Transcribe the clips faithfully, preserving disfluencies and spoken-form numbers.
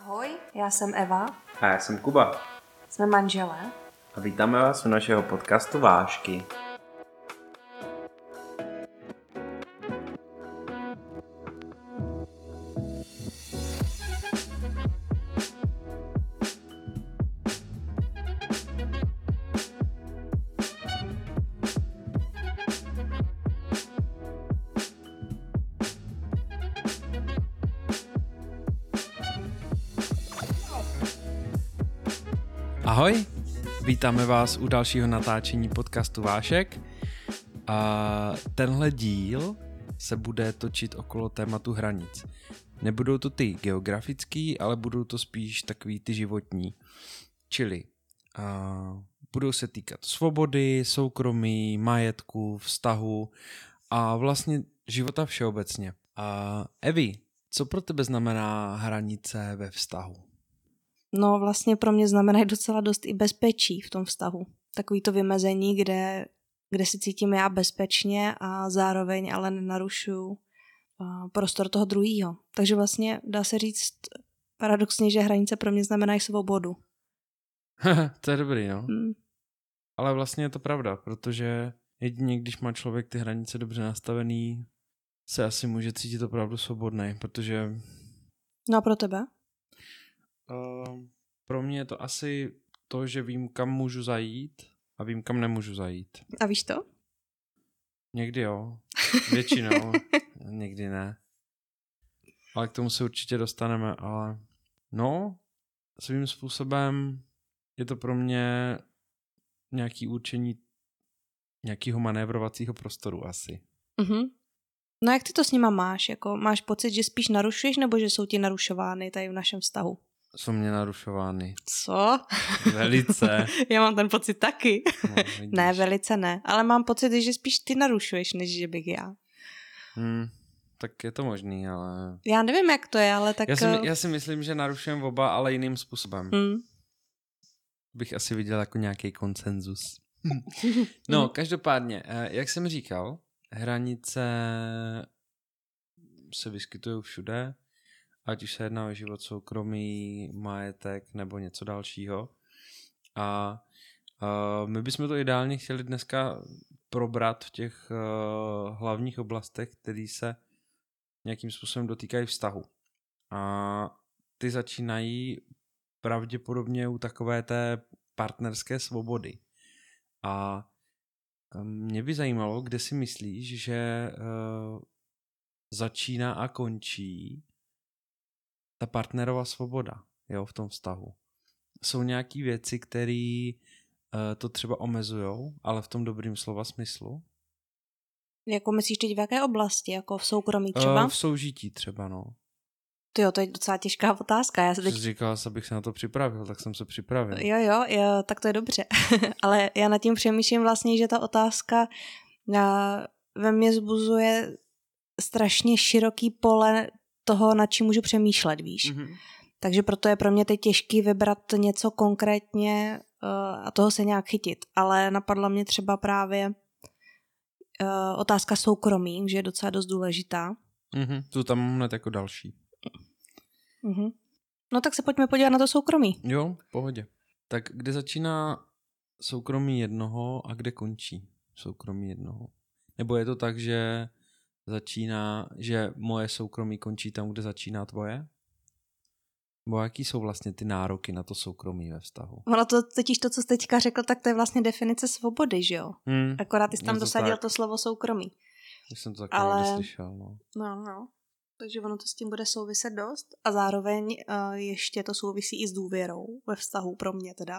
Ahoj, já jsem Eva. A já jsem Kuba. Jsme manželé. A vítáme vás u našeho podcastu Vážky. Ahoj, vítáme vás u dalšího natáčení podcastu Vášek. A tenhle díl se bude točit okolo tématu hranic. Nebudou to ty geografický, ale budou to spíš takový ty životní. Čili a budou se týkat svobody, soukromí, majetku, vztahu a vlastně života všeobecně. A Evi, co pro tebe znamená hranice ve vztahu? No vlastně pro mě znamenají docela dost i bezpečí v tom vztahu. Takový to vymezení, kde, kde si cítím já bezpečně a zároveň ale nenarušuju prostor toho druhýho. Takže vlastně dá se říct paradoxně, že hranice pro mě znamenají svobodu. To je dobrý, no. Hmm. Ale vlastně je to pravda, protože jedině, když má člověk ty hranice dobře nastavený, se asi může cítit opravdu svobodný, protože... No a pro tebe? Uh, pro mě je to asi to, že vím, kam můžu zajít a vím, kam nemůžu zajít. A víš to? Někdy jo, většinou, někdy ne. Ale k tomu se určitě dostaneme, ale no, svým způsobem je to pro mě nějaký určení nějakého manévrovacího prostoru asi. Uh-huh. No jak ty to s nima máš? Jako, máš pocit, že spíš narušuješ, nebo že jsou ti narušovány tady v našem vztahu? Jsou mě narušovány. Co? Velice. Já mám ten pocit taky. No, ne, velice ne. Ale mám pocit, že spíš ty narušuješ, než že bych já. Hmm, tak je to možný, ale... Já nevím, jak to je, ale tak... Já si, já si myslím, že narušujeme oba, ale jiným způsobem. Hmm. Bych asi viděl jako nějaký konsenzus. No, každopádně, jak jsem říkal, hranice se vyskytují všude, ať už se jedná o život soukromý, majetek nebo něco dalšího. A, a my bychom to ideálně chtěli dneska probrat v těch uh, hlavních oblastech, které se nějakým způsobem dotýkají vztahu. A ty začínají pravděpodobně u takové té partnerské svobody. A mě by zajímalo, kde si myslíš, že uh, začíná a končí ta partnerová svoboda, jo, v tom vztahu. Jsou nějaký věci, které uh, to třeba omezujou, ale v tom dobrým slova smyslu? Jako myslíš teď v jaké oblasti? Jako v soukromí třeba? Uh, v soužití třeba, no. Tyjo, to je docela těžká otázka. Já se teď... Jsi říkala, abych se na to připravil, tak jsem se připravil. Jo, jo, jo, tak to je dobře. Ale já nad tím přemýšlím vlastně, že ta otázka ve mně zbuzuje strašně široký pole toho, nad čím můžu přemýšlet, víš. Mm-hmm. Takže proto je pro mě teď těžký vybrat něco konkrétně uh, a toho se nějak chytit. Ale napadla mě třeba právě uh, otázka soukromí, že je docela dost důležitá. Mm-hmm. To tam mám hned jako další. Mm-hmm. No tak se pojďme podívat na to soukromí. Jo, v pohodě. Tak kde začíná soukromí jednoho a kde končí soukromí jednoho? Nebo je to tak, že začíná, že moje soukromí končí tam, kde začíná tvoje? Nebo jaký jsou vlastně ty nároky na to soukromí ve vztahu? Ono to totiž to, co jsi teďka řekl, tak to je vlastně definice svobody, že jo? Hmm, Akorát ty jsi tam to dosadil tak. to slovo soukromí. Já jsem to taky Ale... někde slyšel, no. No, no. Takže ono to s tím bude souviset dost a zároveň uh, ještě to souvisí i s důvěrou ve vztahu pro mě teda.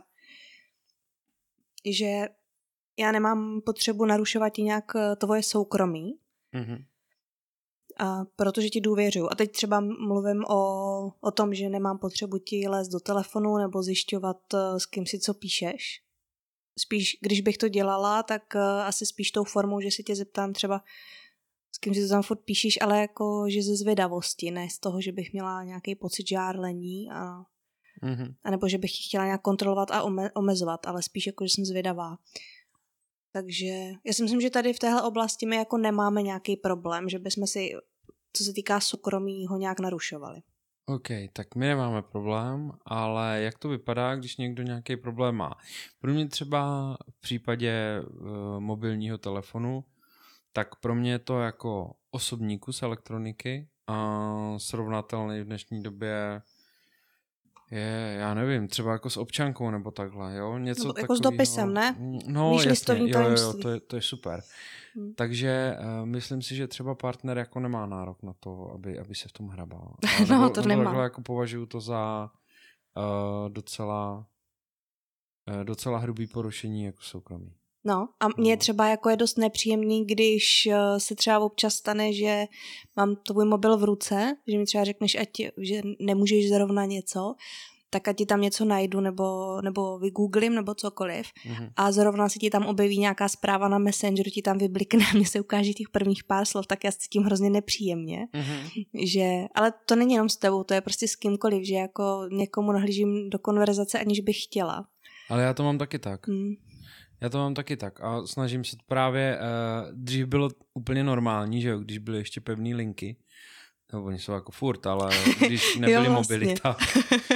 Že já nemám potřebu narušovat ti nějak tvoje soukromí, Mm-hmm. a protože ti důvěřuju. A teď třeba mluvím o, o tom, že nemám potřebu ti lézt do telefonu nebo zjišťovat, s kým si co píšeš. Spíš, když bych to dělala, tak uh, asi spíš tou formou, že se tě zeptám třeba, s kým si to tam furt píšeš, ale jako, že ze zvědavosti, ne z toho, že bych měla nějaký pocit žárlení a, Mm-hmm. a nebo že bych ji chtěla nějak kontrolovat a ome, omezovat, ale spíš jako, že jsem zvědavá. Takže já si myslím, že tady v téhle oblasti my jako nemáme nějaký problém, že bychom si, co se týká soukromí, ho nějak narušovali. OK, tak my nemáme problém, ale jak to vypadá, když někdo nějaký problém má? Pro mě třeba v případě uh, mobilního telefonu, tak pro mě je to jako osobní kus elektroniky a srovnatelný v dnešní době je, já nevím, třeba jako s občankou nebo takhle, jo? Něco jako takovýho. S dopisem, ne? No Víš, jasně, listovní jo, jo, jo, tajemství. to je, to je super. Hmm. Takže uh, myslím si, že třeba partner jako nemá nárok na to, aby, aby se v tom hrabal. No, nebo, to nebo nemá. takhle jako považuji to za uh, docela, uh, docela hrubý porušení jako soukromí. No a mně třeba jako je dost nepříjemný, když uh, se třeba občas stane, že mám tvůj mobil v ruce, že mi třeba řekneš, ať, že nemůžeš zrovna něco, tak ať ti tam něco najdu nebo, nebo vygooglím nebo cokoliv Mhm. a zrovna si ti tam objeví nějaká zpráva na Messengeru, ti tam vyblikne a mně se ukáže těch prvních pár slov, tak já se cítím hrozně nepříjemně. Mhm. Že, ale to není jenom s tebou, to je prostě s kýmkoliv, že jako někomu nahlížím do konverzace, aniž bych chtěla. Ale já to mám taky tak. Hmm. Já to mám taky tak a snažím se právě, uh, dřív bylo úplně normální, že jo, když byly ještě pevné linky, no oni jsou jako furt, ale když nebyly Jo, mobily, vlastně. tak,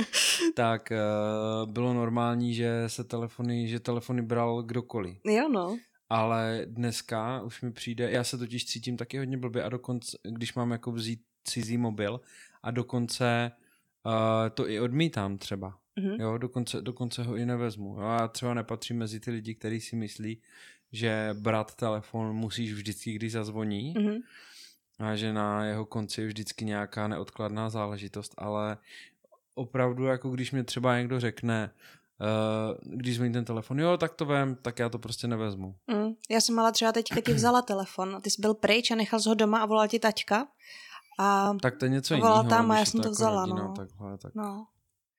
tak uh, bylo normální, že se telefony, že telefony bral kdokoliv. Jo no. Ale dneska už mi přijde, já se totiž cítím taky hodně blbě a dokonce, když mám jako vzít cizí mobil a dokonce uh, to i odmítám třeba. Mhm. Jo, dokonce, dokonce ho i nevezmu. Jo, já třeba nepatřím mezi ty lidi, kteří si myslí, že brát telefon musíš vždycky, když zazvoní Mhm. a že na jeho konci je vždycky nějaká neodkladná záležitost, ale opravdu, jako když mi třeba někdo řekne, uh, když zvoní ten telefon, jo, tak to vem, tak já to prostě nevezmu. Mm. Já jsem ale třeba teďka ti vzala telefon a ty jsi byl pryč a nechal jsi ho doma a volal ti taťka. A Tak to je něco volala jiného. tam a když já je jsem to jako vzala, rodina, no. Takhle, tak. no.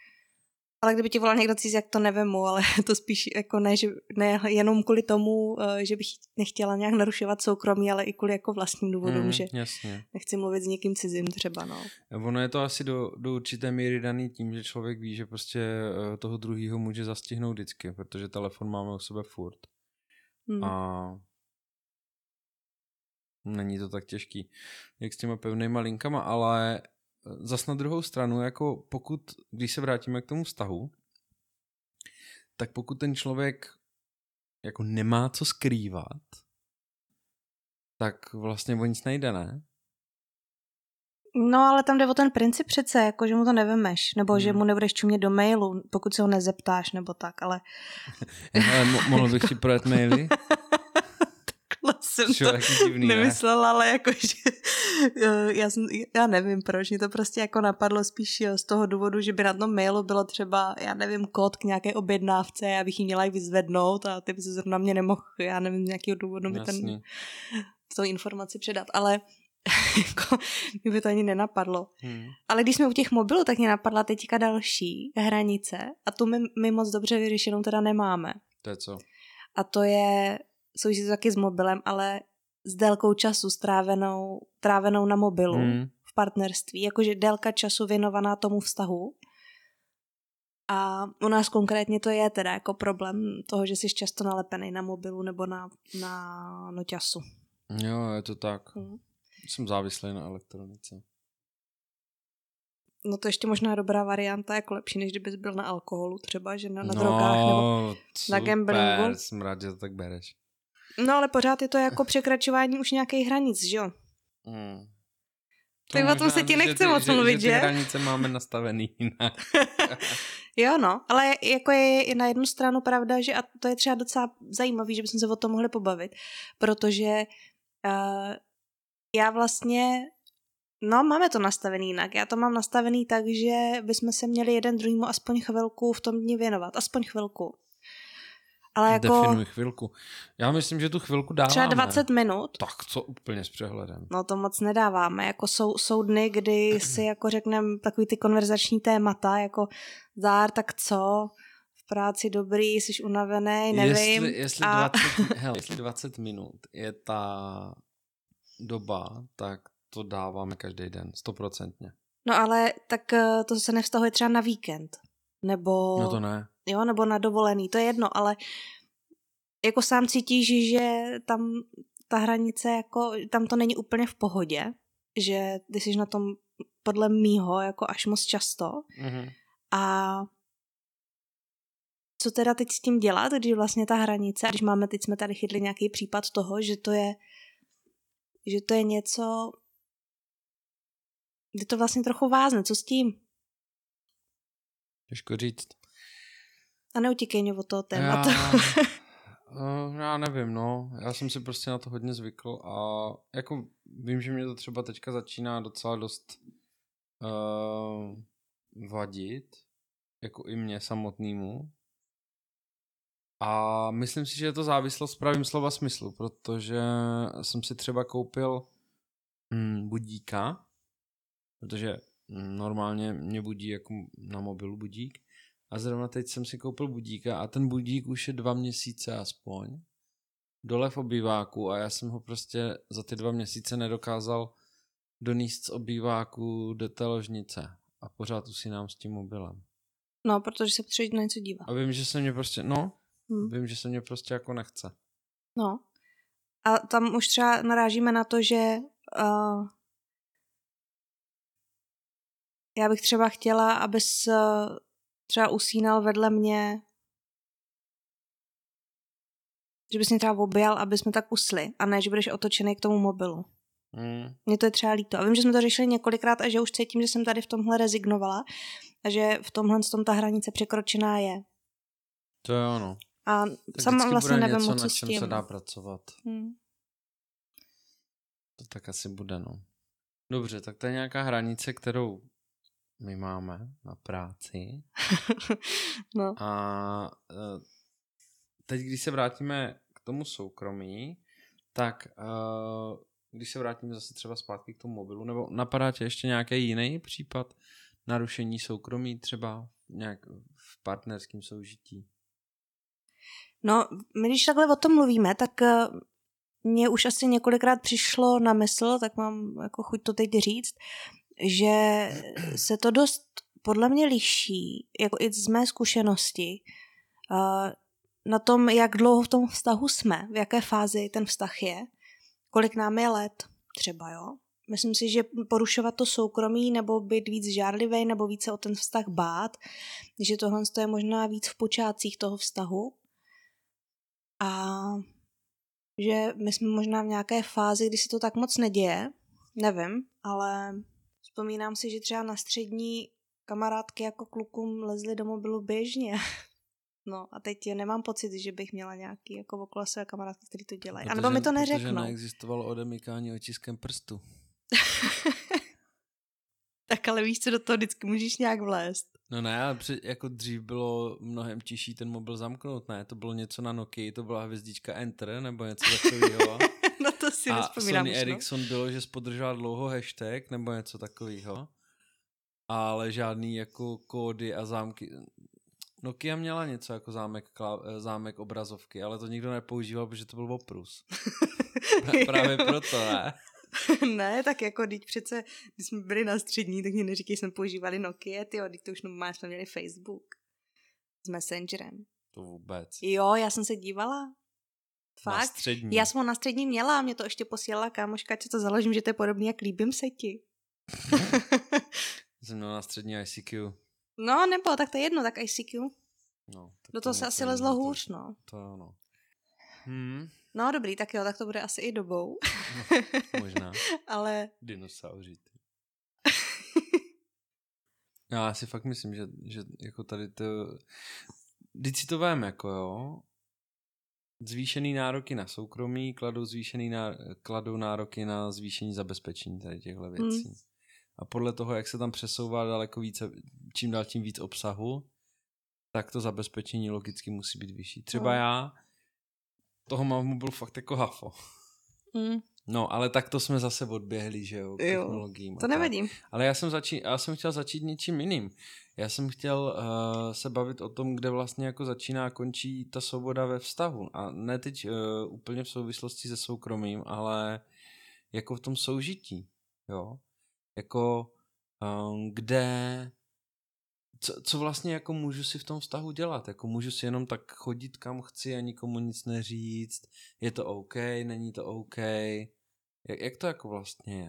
Ale kdyby ti volal někdo cizí, jak to nevemu, ale to spíš jako ne, že, ne jenom kvůli tomu, že bych nechtěla nějak narušovat soukromí, ale i kvůli jako vlastním důvodům, Mm, že jasně. nechci mluvit s někým cizím třeba, no. Ono je to asi do, do určité míry daný tím, že člověk ví, že prostě eh, toho druhýho může zastihnout vždycky, protože telefon máme u sebe furt. Hmm. A není to tak těžký, jak s těma pevnýma linkama, ale zas na druhou stranu, jako pokud, když se vrátíme k tomu vztahu, tak pokud ten člověk jako nemá co skrývat, tak vlastně o nic nejde, ne? No, ale tam jde o ten princip přece, jako že mu to nevemeš, nebo hmm. že mu nebudeš čumět do mailu, pokud se ho nezeptáš, nebo tak, ale... Ale mo- mohl bych ti projet maily? jsem Čo, to jaký divný, nemyslela, ne? Ale jakože já, jsem, já nevím proč, mě to prostě jako napadlo spíš z toho důvodu, že by na tom mailu bylo třeba, já nevím, kód k nějaké objednávce, já bych ji měla i vyzvednout a ty by se zrovna mě nemohl, já nevím, z nějakého důvodu mi ten, tu informaci předat, ale jako, mi by to ani nenapadlo. Hmm. Ale když jsme u těch mobilů, tak mě napadla teďka další hranice a tu my, my moc dobře vyřešenou teda nemáme. To je co? A to je, souvisí to taky s mobilem, ale s délkou času strávenou, trávenou na mobilu hmm. v partnerství, jakože délka času věnovaná tomu vztahu. A u nás konkrétně to je teda jako problém toho, že jsi často nalepený na mobilu nebo na, na noťasu. Jo, je to tak. Hmm. Jsem závislý na elektronice. No to ještě možná dobrá varianta, jako lepší, než kdybys byl na alkoholu třeba, že na, na no, drogách nebo super, na gamblingu. Jsem rád, že to tak bereš. No ale pořád je to jako překračování už nějakých hranic, že jo? Hmm. Tak o tom se ti nechce moc mluvit, že? Že ty hranice máme nastavený jinak. Jo no, ale jako je na jednu stranu pravda, že a to je třeba docela zajímavý, že bychom se o tom mohli pobavit, protože uh, já vlastně, no máme to nastavený jinak, já to mám nastavený tak, že bychom se měli jeden druhýmu aspoň chvilku v tom dni věnovat, aspoň chvilku. Ale jako... Definuj chvilku. Já myslím, že tu chvilku dáváme. Třeba dvacet minut. Tak co úplně s přehledem. No to moc nedáváme. Jako jsou, jsou dny, kdy si jako řekneme takový ty konverzační témata, jako Zár, tak co? V práci dobrý, jsi unavený, nevím. Jestli, jestli, a... dvacet, hele, jestli dvacet minut je ta doba, tak to dáváme každý den, stoprocentně. No ale tak to se nevztahuje třeba na víkend. Nebo... No to ne. Jo, nebo na dovolený, to je jedno, ale jako sám cítíš, že tam ta hranice, jako tam to není úplně v pohodě, že ty jsi na tom podle mýho jako až moc často. Mm-hmm. A co teda teď s tím dělat, když vlastně ta hranice, a když máme, teď jsme tady chytli nějaký případ toho, že to je, že to je něco, kde to vlastně trochu vázne, co s tím? Těžko říct. A neutíkej mě od toho tématu. Já, uh, já nevím, no. Já jsem si prostě na to hodně zvykl a jako vím, že mě to třeba teďka začíná docela dost uh, vadit, jako i mě samotnému. A myslím si, že je to závislost v pravým slova smyslu, protože jsem si třeba koupil mm, budíka, protože normálně mě budí jako na mobilu budík. A zrovna teď jsem si koupil budíka a ten budík už je dva měsíce aspoň dole v obýváku a já jsem ho prostě za ty dva měsíce nedokázal donést z obýváku do té ložnice a pořád usínám s tím mobilem. No, protože se potřebuje na něco dívat. A vím, že se mě prostě, no, hmm. vím, že se mě prostě jako nechce. No. A tam už třeba narážíme na to, že uh, já bych třeba chtěla, abys uh, třeba usínal vedle mě, že bys mě třeba objal, aby jsme tak usli a ne, že budeš otočený k tomu mobilu. Mm. Mně to je třeba líto. A vím, že jsme to řešili několikrát a že už cítím, že jsem tady v tomhle rezignovala a že v tomhle s tom ta hranice překročená je. To je ono. A tak sama vlastně bude nevím, něco, co na s čem tím. se dá pracovat. Hmm. To tak asi bude, no. Dobře, tak to je nějaká hranice, kterou my máme na práci. No. A teď, když se vrátíme k tomu soukromí, tak když se vrátíme zase třeba zpátky k tomu mobilu, nebo napadá tě ještě nějaký jiný případ narušení soukromí, třeba nějak v partnerském soužití? No, my když takhle o tom mluvíme, tak mně už asi několikrát přišlo na mysl, tak mám jako chuť to teď říct, že se to dost podle mě liší, jako i z mé zkušenosti, na tom, jak dlouho v tom vztahu jsme, v jaké fázi ten vztah je, kolik nám je let třeba, jo. Myslím si, že porušovat to soukromí nebo být víc žárlivý nebo více o ten vztah bát, že tohle je možná víc v počátcích toho vztahu a že my jsme možná v nějaké fázi, kdy se to tak moc neděje, nevím, ale vzpomínám si, že třeba na střední kamarádky jako klukům lezly do mobilu běžně. No a teď nemám pocit, že bych měla nějaký jako okolo své kamarádky, který to dělají. Protože, a nebo mi to neřeknou. Protože neexistovalo odemykání otiskem prstu. Tak ale víš co, do toho vždycky můžeš nějak vlézt. No ne, ale při, jako dřív bylo mnohem těžší ten mobil zamknout, ne? To bylo něco na Nokii, to byla hvězdička Enter nebo něco takového. No to si nespomínám. A Sony Ericsson bylo, že spodržela dlouho hashtag nebo něco takového. Ale žádný jako kódy a zámky. Nokia měla něco jako zámek, zámek obrazovky, ale to nikdo nepoužíval, protože to byl oprus. Právě proto, ne? Ne, tak jako teď přece, když jsme byli na střední, tak mě neříkej, jsme používali Nokia, tyjo, teď to už normálně jsme měli Facebook s Messengerem. To vůbec. Jo, já jsem se dívala. Fakt? Na střední. Já jsem ho na střední měla a mě to ještě posílala kámoška, ať se to založím, že to je podobný, jak líbím se ti. Jsem měl na střední I C Q. No, nebo, tak to je jedno, tak I C Q. No, do toho se asi lezlo hůř, no. To je ono. Hmm. No dobrý, tak jo, tak to bude asi i dobou. No, možná. Ale... Dinosauři. Já si fakt myslím, že, že jako tady to... Vždyť si to vem, jako jo. Zvýšený nároky na soukromí, kladou, zvýšený ná... kladou nároky na zvýšení zabezpečení tady těchto věcí. Hmm. A podle toho, jak se tam přesouvá daleko více, čím dál tím víc obsahu, tak to zabezpečení logicky musí být vyšší. Třeba hmm. já toho mám v mobilu fakt jako hafo. Hmm. No, ale tak to jsme zase odběhli, že jo, technologiím. To nevadím. Ale já jsem, začí, já jsem chtěl začít něčím jiným. Já jsem chtěl uh, se bavit o tom, kde vlastně jako začíná a končí ta svoboda ve vztahu. A ne teď uh, úplně v souvislosti se soukromím, ale jako v tom soužití, jo. Jako um, kde... Co, co vlastně jako můžu si v tom vztahu dělat? Jako můžu si jenom tak chodit kam chci a nikomu nic neříct? Je to OK? Není to OK? Jak, jak to jako vlastně je?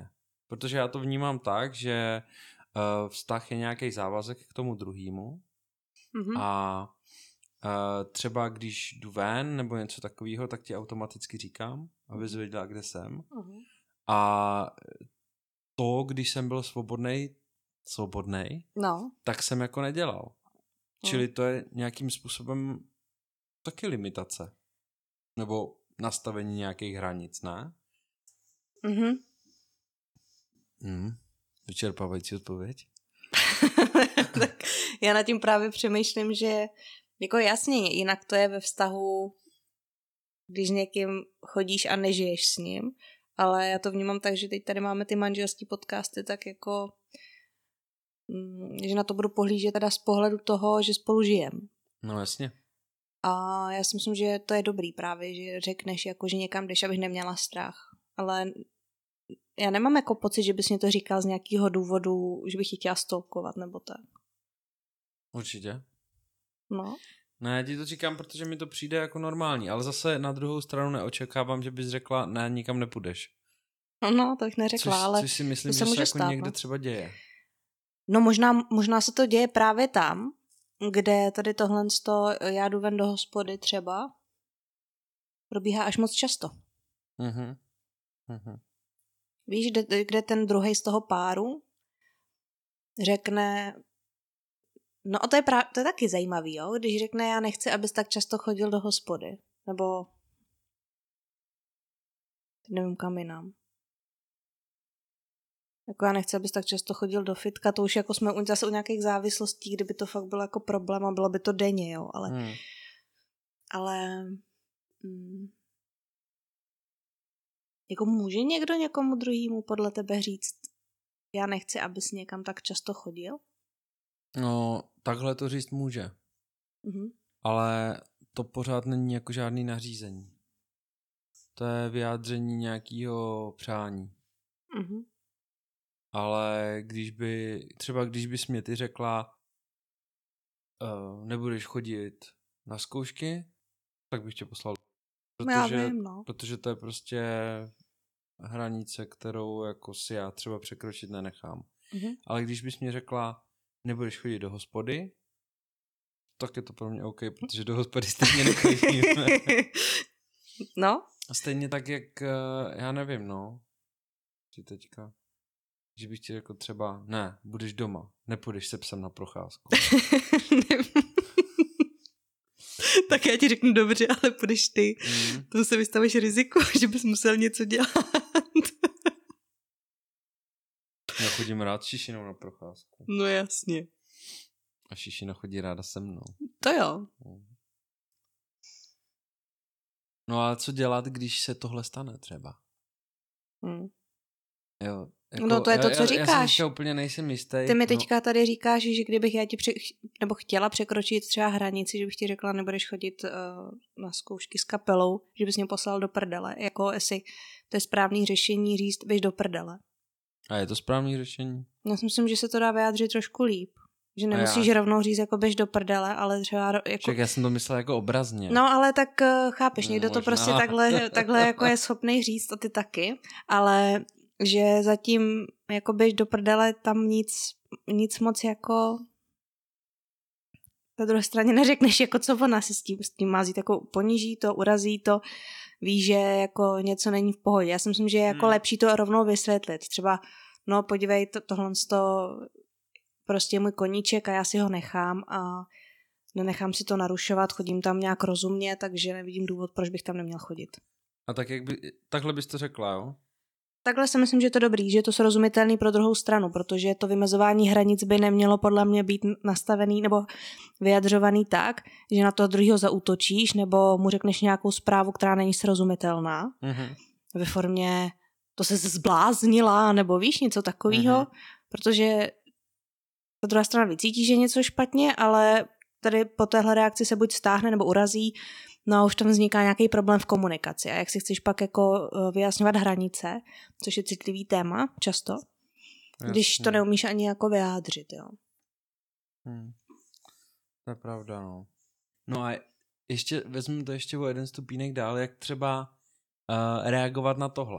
Protože já to vnímám tak, že uh, vztah je nějaký závazek k tomu druhému Mm-hmm. a uh, třeba když jdu ven nebo něco takového, tak ti automaticky říkám, abys věděla, kde jsem. Mm-hmm. A to, když jsem byl svobodnej, svobodnej, No. tak jsem jako nedělal. Mm. Čili to je nějakým způsobem taky limitace. Nebo nastavení nějakých hranic, ne? Mhm. Hmm. Vyčerpávající odpověď? Tak já nad tím právě přemýšlím, že jako jasně, jinak to je ve vztahu, když s někým chodíš a nežiješ s ním, ale já to vnímám tak, že teď tady máme ty manželský podcasty, tak jako že na to budu pohlížet teda z pohledu toho, že spolu žijem. No jasně. A já si myslím, že to je dobrý právě, že řekneš, jako, že někam jdeš, abych neměla strach. Ale já nemám jako pocit, že bys mě to říkal z nějakého důvodu, že bych tě chtěla stalkovat nebo tak. Určitě. No. Ne, já ti to říkám, protože mi to přijde jako normální, ale zase na druhou stranu neočekávám, že bys řekla, ne, nikam nepůjdeš. No, to bych neřekla, což, ale což si myslím, to že se se může jako stát, někde no. třeba děje. No možná, možná se to děje právě tam, kde tady tohle já jdu ven do hospody třeba, probíhá až moc často. Mhm. Mhm. Víš, kde, kde ten druhej z toho páru řekne, no a to je, pra, to je taky zajímavý, jo? Když řekne, já nechci, abys tak často chodil do hospody, nebo nevím kam jinam. Jako já nechci, abys tak často chodil do fitka, to už jako jsme zase u nějakých závislostí, kdyby to fakt bylo jako problém a bylo by to denně, jo, ale Hmm. ale mm, jako může někdo někomu druhému podle tebe říct, já nechci, abys někam tak často chodil? No, takhle to říct může. Mhm. Ale to pořád není jako žádný nařízení. To je vyjádření nějakého přání. Mhm. Ale když by, třeba když bys mě ty řekla, uh, nebudeš chodit na zkoušky, tak bych tě poslal. No já Protože, vím, no. protože to je prostě hranice, kterou jako si já třeba překročit nenechám. Mhm. Ale když bys mě řekla, nebudeš chodit do hospody, tak je to pro mě OK, protože do hospody stejně nechodíme. No? A stejně tak, jak, já nevím, no, ti teďka, že bych ti řekl třeba, ne, budeš doma, nepůjdeš se psem na procházku. Tak já ti řeknu dobře, ale půjdeš ty. Mm. To se vystavíš riziku, že bys musel něco dělat. Já chodím rád s Šišinou na procházku. No jasně. A Šišina chodí ráda se mnou. To jo. No a co dělat, když se tohle stane třeba? Hmm. Jo, jako, No to je to, já, co já, říkáš. Já si úplně nejsem jistý. Ty mi no, teďka tady říkáš, že kdybych já ti pře- nebo chtěla překročit třeba hranici, že bych ti řekla, nebudeš chodit uh, na zkoušky s kapelou, že bys mě poslal do prdele. Jako jestli to je správný řešení říct, běž do prdele. A je to správný řešení? Já si myslím, že se to dá vyjádřit trošku líp. Že nemusíš já? rovnou říct, jako běž do prdele, ale třeba jako... Však já jsem to myslel jako obrazně. No, ale tak uh, chápeš, někdo No, to možná. prostě takhle, takhle jako je schopný říct a ty taky, ale že zatím jako běž do prdele tam nic, nic moc jako na druhé straně neřekneš, jako co ona si s tím, s tím má zít, jako poníží to, urazí to, ví, že jako něco není v pohodě. Já si myslím, že je jako hmm. lepší to rovnou vysvětlit. Třeba, no podívej, to, tohle to prostě je můj koníček a já si ho nechám a nenechám si to narušovat, chodím tam nějak rozumně, takže nevidím důvod, proč bych tam neměl chodit. A tak jak by, takhle bys to řekla, jo? Takhle si myslím, že je to dobrý, že je to srozumitelný pro druhou stranu, protože to vymezování hranic by nemělo podle mě být nastavený nebo vyjadřovaný tak, že na toho druhého zaútočíš nebo mu řekneš nějakou zprávu, která není srozumitelná. Mhm. Ve formě to se zbláznila nebo víš něco takového, Mhm. protože ta druhá strana vycítí, že je něco špatně, ale tady po téhle reakci se buď stáhne nebo urazí, no a už tam vzniká nějaký problém v komunikaci. A jak si chceš pak jako vyjasňovat hranice, což je citlivý téma často, Jasně. když to neumíš ani jako vyjádřit, jo. Hmm. To je pravda, no. No a ještě, vezmu to ještě o jeden stupínek dál, jak třeba uh, reagovat na tohle.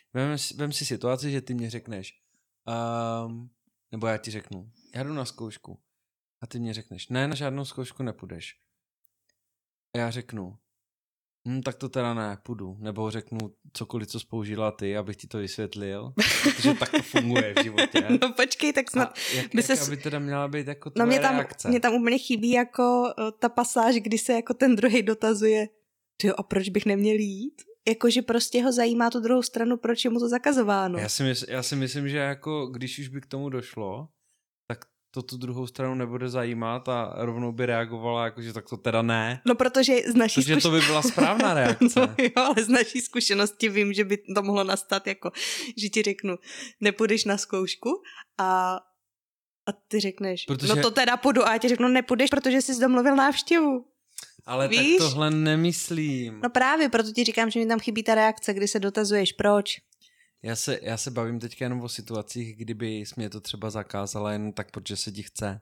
vem, vem si situaci, že ty mě řekneš, um, nebo já ti řeknu, já jdu na zkoušku a ty mě řekneš, ne, na žádnou zkoušku nepůjdeš. A já řeknu, hm, tak to teda ne, půjdu. Nebo řeknu cokoliv, co spoužila ty, abych ti to vysvětlil. Protože tak to funguje v životě. No počkej, tak snad... A jak, by jaká ses... by teda měla být jako tvoje no mě tam, reakce? mě tam úplně chybí jako uh, ta pasáž, kdy se jako ten druhý dotazuje, tyjo, a proč bych neměl jít? Jakože prostě ho zajímá tu druhou stranu, proč je mu to zakazováno. Já si, mysl, já si myslím, že jako když už by k tomu došlo, tak to tu druhou stranu nebude zajímat a rovnou by reagovala jako, že tak to teda ne. No protože z naší Protože zkuš... to by byla správná reakce. No jo, ale z naší zkušenosti vím, že by to mohlo nastat jako, že ti řeknu, nepůjdeš na zkoušku a, a ty řekneš, protože... no to teda půjdu a já ti řeknu, nepůjdeš, protože jsi domluvil návštěvu. Ale Víš? tak tohle nemyslím. No právě, proto ti říkám, že mi tam chybí ta reakce, kdy se dotazuješ, proč. Já se, já se bavím teďka jenom o situacích, kdyby jsi mě to třeba zakázala jenom tak, protože se ti chce.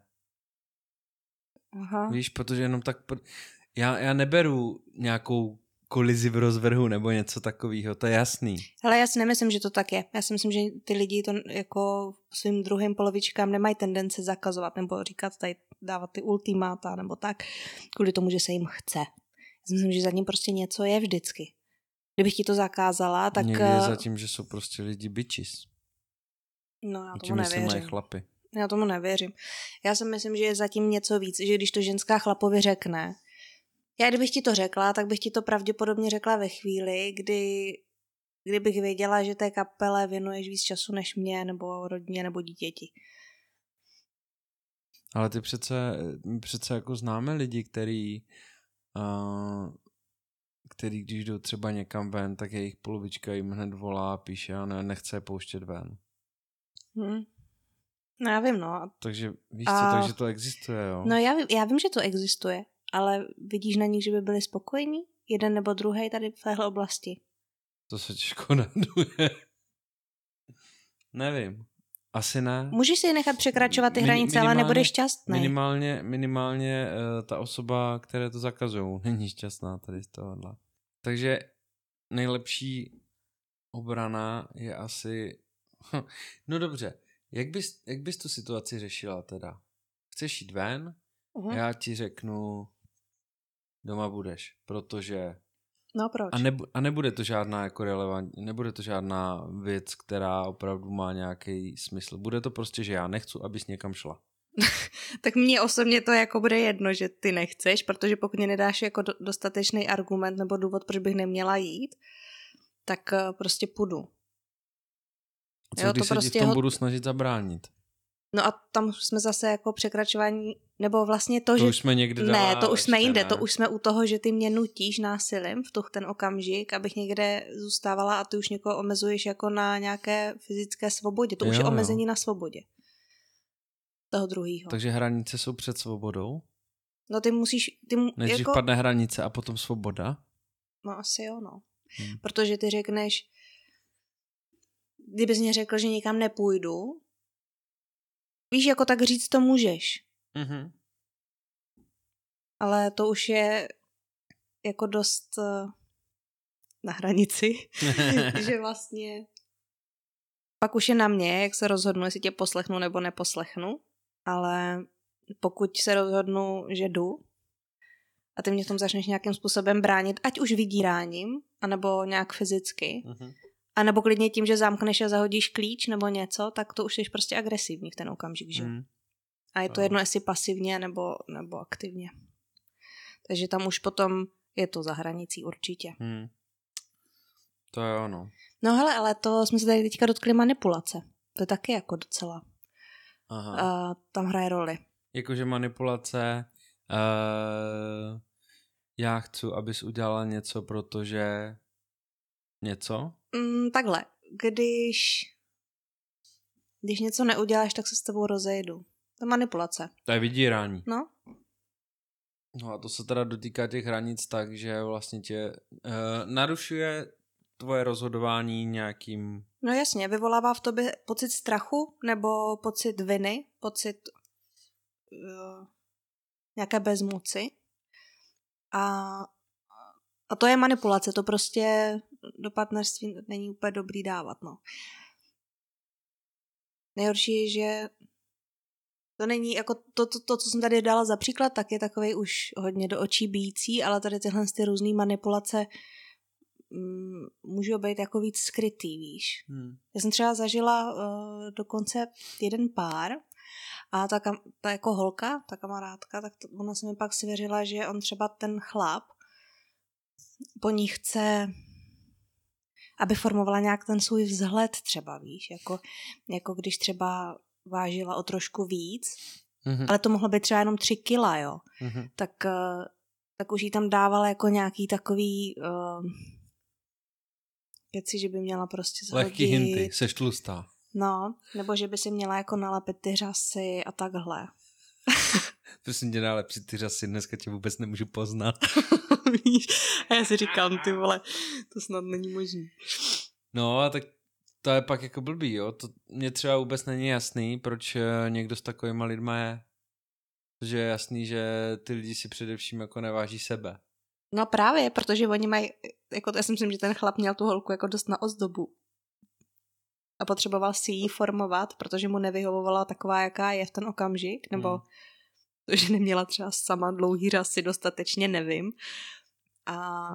Aha. Víš, protože jenom tak... Já, já neberu nějakou kolizi v rozvrhu nebo něco takového, to je jasný. Ale já si nemyslím, že to tak je. Já si myslím, že ty lidi to jako svým druhým polovičkám nemají tendence zakazovat nebo říkat tady, dávat ty ultimáta nebo tak, kvůli tomu, že se jim chce. Já si myslím, že za ním prostě něco je vždycky. Kdybych ti to zakázala, tak... Někdy je zatím, že jsou prostě lidi bitches. No, já tomu tím, že nevěřím. mají chlapy. Já tomu nevěřím. Já si myslím, že je zatím něco víc, že když to ženská chlapovi řekne, já kdybych ti to řekla, tak bych ti to pravděpodobně řekla ve chvíli, kdy, kdybych věděla, že té kapele věnuješ víc času než mě, nebo rodině, nebo dítěti. Ale ty přece, my přece jako známe lidi, který, uh, který když jdou třeba někam ven, tak jejich polovička jim hned volá a píše a ne, nechce je pouštět ven. Hmm. No já vím, no. Takže víš a... co, takže to existuje, jo? No já vím, já vím, že to existuje, ale vidíš na nich, že by byli spokojení? Jeden nebo druhý tady v téhle oblasti? To se těžko naduje. Nevím. Asi ne. Můžeš si nechat překračovat ty Min, hranice, ale nebudeš šťastný. Minimálně, minimálně uh, ta osoba, které to zakazují, není šťastná tady z tohohle. Takže nejlepší obrana je asi... No dobře, jak bys, jak bys tu situaci řešila teda? Chceš jít ven? Uh-huh. Já ti řeknu, doma budeš, protože... No proč? A, nebu, a nebude to žádná jako relevantní, nebude to žádná věc, která opravdu má nějaký smysl. Bude to prostě, že já nechci, abys někam šla. Tak mně osobně to jako bude jedno, že ty nechceš, protože pokud mě nedáš jako do, dostatečný argument nebo důvod, proč bych neměla jít, tak uh, prostě půjdu. Co jo, když to se prostě ti v tom ho... budu snažit zabránit? No a tam jsme zase jako překračování, nebo vlastně to, to že... To už jsme někdy Ne, dala, to už jsme jinde, ne. to už jsme u toho, že ty mě nutíš násilím v tu, ten okamžik, abych někde zůstávala a ty už někoho omezuješ jako na nějaké fyzické svobodě. To jo, už je omezení jo. na svobodě. Toho druhýho. Takže hranice jsou před svobodou? No ty musíš... Ty mu, Nejdřív jako... padne hranice a potom svoboda? No asi jo, no. Hmm. Protože ty řekneš, kdybys mě řekl, že nikam nepůjdu, víš, jako tak říct to můžeš. Mm-hmm. Ale to už je jako dost uh, na hranici, že vlastně pak už je na mě, jak se rozhodnu, jestli tě poslechnu nebo neposlechnu, ale pokud se rozhodnu, že jdu a ty mě v tom začneš nějakým způsobem bránit, ať už vydíráním, anebo nějak fyzicky, mm-hmm. a nebo klidně tím, že zamkneš a zahodíš klíč nebo něco, tak to už jsi prostě agresivní v ten okamžik, že? Mm. A je to no. jedno, jestli pasivně nebo, nebo aktivně. Takže tam už potom je to za hranicí určitě. Mm. To je ono. No hele, ale to jsme se tady teďka dotkli manipulace. To je taky jako docela. Aha. A tam hraje roli. Jakože manipulace, uh, já chci, abys udělala něco, protože něco? Mm, takhle, když když něco neuděláš, tak se s tebou rozejdu. To je manipulace. To je vydírání. No. No a to se teda dotýká těch hranic tak, že vlastně tě uh, narušuje tvoje rozhodování nějakým... No jasně, vyvolává v tobě pocit strachu nebo pocit viny, pocit uh, nějaké bezmoci. A, a to je manipulace, to prostě do partnerství není úplně dobrý dávat, no. Nejhorší je, že to není jako to, to, to, co jsem tady dala za příklad, tak je takovej už hodně do očí bijící, ale tady tyhle ty různý manipulace mm, můžou být jako víc skrytý, víš. Hmm. Já jsem třeba zažila uh, dokonce jeden pár a ta, kam, ta jako holka, ta kamarádka, tak to, ona se mi pak svěřila, že on třeba ten chlap po ní chce, aby formovala nějak ten svůj vzhled třeba, víš, jako, jako když třeba vážila o trošku víc, mm-hmm. ale to mohlo být třeba jenom tři kila, jo, mm-hmm. tak, tak už jí tam dávala jako nějaký takový uh, věci, že by měla prostě zhodit. Lehký hinty, seš tlustá. No, nebo že by si měla jako nalepit ty řasy a takhle. Prosím tě, nalepit ty řasy, dneska tě vůbec nemůžu poznat. A já si říkám, ty vole, to snad není možný. No a tak to je pak jako blbý, jo. To mně třeba vůbec není jasný, proč někdo s takovýma lidma je. Protože je jasný, že ty lidi si především jako neváží sebe. No právě, protože oni mají, jako já si myslím, že ten chlap měl tu holku jako dost na ozdobu. A potřeboval si ji formovat, protože mu nevyhovovala taková, jaká je v ten okamžik, nebo hmm. to, že neměla třeba sama dlouhý řasy dostatečně, nevím. A,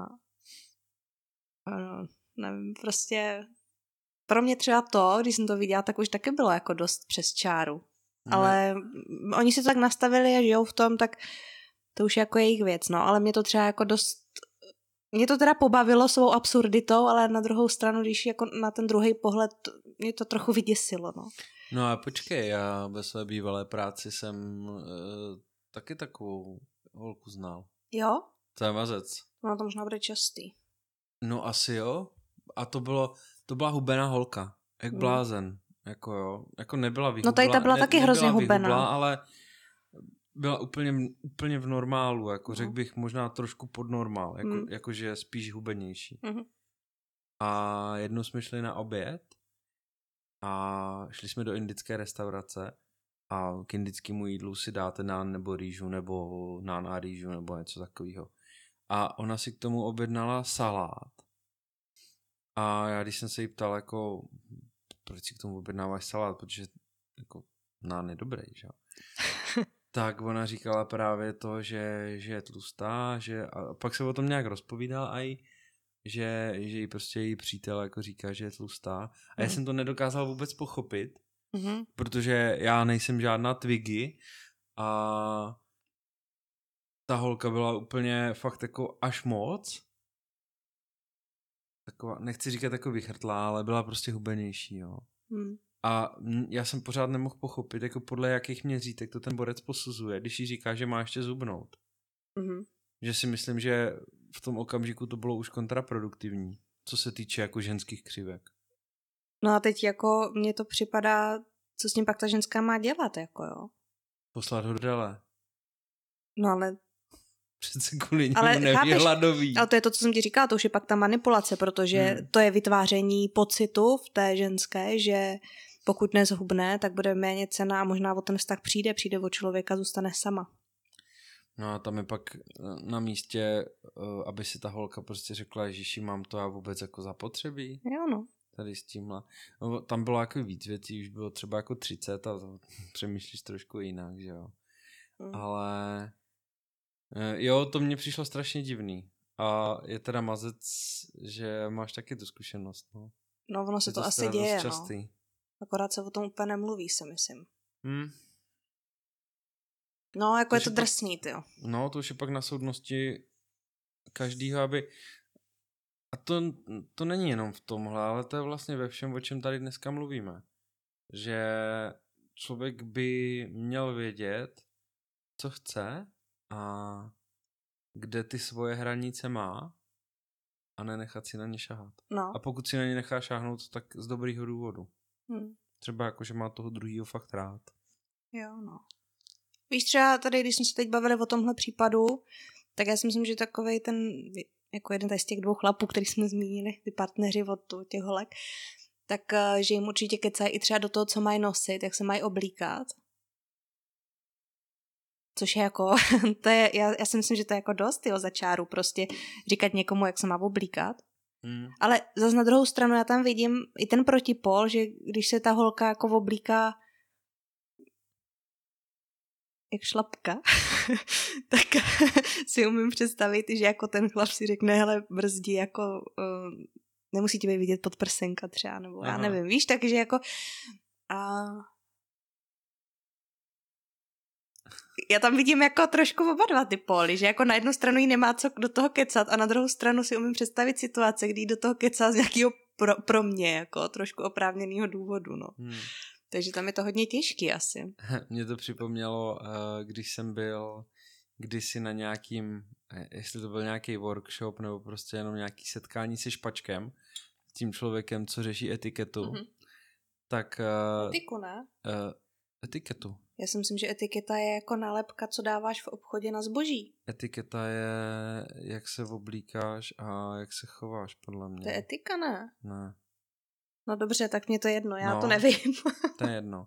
a nevím, prostě pro mě třeba to, když jsem to viděla, tak už taky bylo jako dost přes čáru. Hmm. Ale oni si to tak nastavili a žijou v tom, tak to už je jako jejich věc, no. Ale mě to třeba jako dost, mě to teda pobavilo svou absurditou, ale na druhou stranu, když jako na ten druhý pohled, mě to trochu vyděsilo, no. No a počkej, já ve své bývalé práci jsem e, taky takovou holku znal. Jo? To je mazec. No to možná bude častý. No asi jo. A to bylo, to byla hubená holka. Jak blázen. Jako jo. Jako nebyla vyhubla. No tady ta byla ne, taky hrozně hubená. Vyhubla, ale byla úplně, úplně v normálu. Jako řekl bych možná trošku podnormál. Jako, mm. Jakože spíš hubenější. Mm. A jednou jsme šli na oběd a šli jsme do indické restaurace a k indickému jídlu si dáte nán nebo rýžu nebo nán a rýžu nebo něco takového. A ona si k tomu objednala salát. A já když jsem se jí ptal, jako, proč si k tomu objednáváš salát, protože jako nán je dobrý, že? Tak ona říkala právě to, že, že je tlustá, že, a pak se o tom nějak rozpovídal a jí, že, že jí prostě její přítel jako říká, že je tlustá. A já mm. jsem to nedokázal vůbec pochopit, mm-hmm. protože já nejsem žádná Twiggy a ta holka byla úplně fakt jako až moc. Taková, nechci říkat jako vychrtlá, ale byla prostě hubenější, jo. Mm. A já jsem pořád nemohl pochopit, jako podle jakých měřítek to ten borec posuzuje, když jí říká, že má ještě zubnout. Mm-hmm. Že si myslím, že v tom okamžiku to bylo už kontraproduktivní, co se týče jako ženských křivek. No a teď jako mně to připadá, co s tím pak ta ženská má dělat, jako jo? Poslat ho do dele. No ale... Přece kvůli němu neví hladový. Ale to je to, co jsem ti říkala, to už je pak ta manipulace, protože hmm. to je vytváření pocitu v té ženské, že pokud nezhubne, tak bude méně cenná a možná o ten vztah přijde, přijde o člověka, zůstane sama. No a tam je pak na místě, aby si ta holka prostě řekla, Ježiši, mám to já vůbec jako zapotřebí. Jo no. Tady s tímhle. No, tam bylo jako víc věcí, už bylo třeba jako třicet a přemýšlíš trošku jinak, že jo. Hmm. Ale jo, to mně přišlo strašně divný. A je teda mazec, že máš taky tu zkušenost, no. No ono se je to, to asi děje, no. Akorát se o tom úplně nemluví, si myslím. Hmm. No, jako to je to drsný, ty jo. No, to už je pak na soudnosti každýho, aby... A to, to není jenom v tomhle, ale to je vlastně ve všem, o čem tady dneska mluvíme. Že člověk by měl vědět, co chce a kde ty svoje hranice má a nenechat si na ně šahat. No. A pokud si na ně nechá šáhnout, tak z dobrýho důvodu. Hmm. Třeba jako, že má toho druhýho fakt rád. Jo, no. Víš, třeba tady, když jsme se teď bavili o tomhle případu, tak já si myslím, že takovej ten, jako jeden z těch dvou chlapů, který jsme zmínili, ty partneři od, od těch holek, tak že jim určitě kecají i třeba do toho, co mají nosit, jak se mají oblíkat. Což je jako, to je, já, já si myslím, že to je jako dost, jo, za čáru, prostě říkat někomu, jak se má oblíkat. Mm. Ale zase na druhou stranu já tam vidím i ten protipol, že když se ta holka jako oblíká jak šlapka, tak si umím představit, že jako ten chlap si řekne, hele, brzdí, jako uh, nemusí ti být vidět podprsenka třeba, nebo Aha. já nevím, víš, takže jako a já tam vidím jako trošku oba dva ty póly, že jako na jednu stranu jí nemá co do toho kecat a na druhou stranu si umím představit situace, kdy jí do toho kecá z nějakého pro, pro mě, jako trošku oprávněného důvodu, no. Hmm. Takže tam je to hodně těžký asi. Mně to připomnělo, když jsem byl kdysi na nějakým, jestli to byl nějaký workshop nebo prostě jenom nějaký setkání se špačkem, s tím člověkem, co řeší etiketu, mm-hmm. tak... Etiku, ne? Uh, etiketu. Já si myslím, že etiketa je jako nálepka, co dáváš v obchodě na zboží. Etiketa je, jak se oblíkáš a jak se chováš, podle mě. To je etika, ne? Ne. No dobře, tak mě to jedno, já no, to nevím. To je jedno.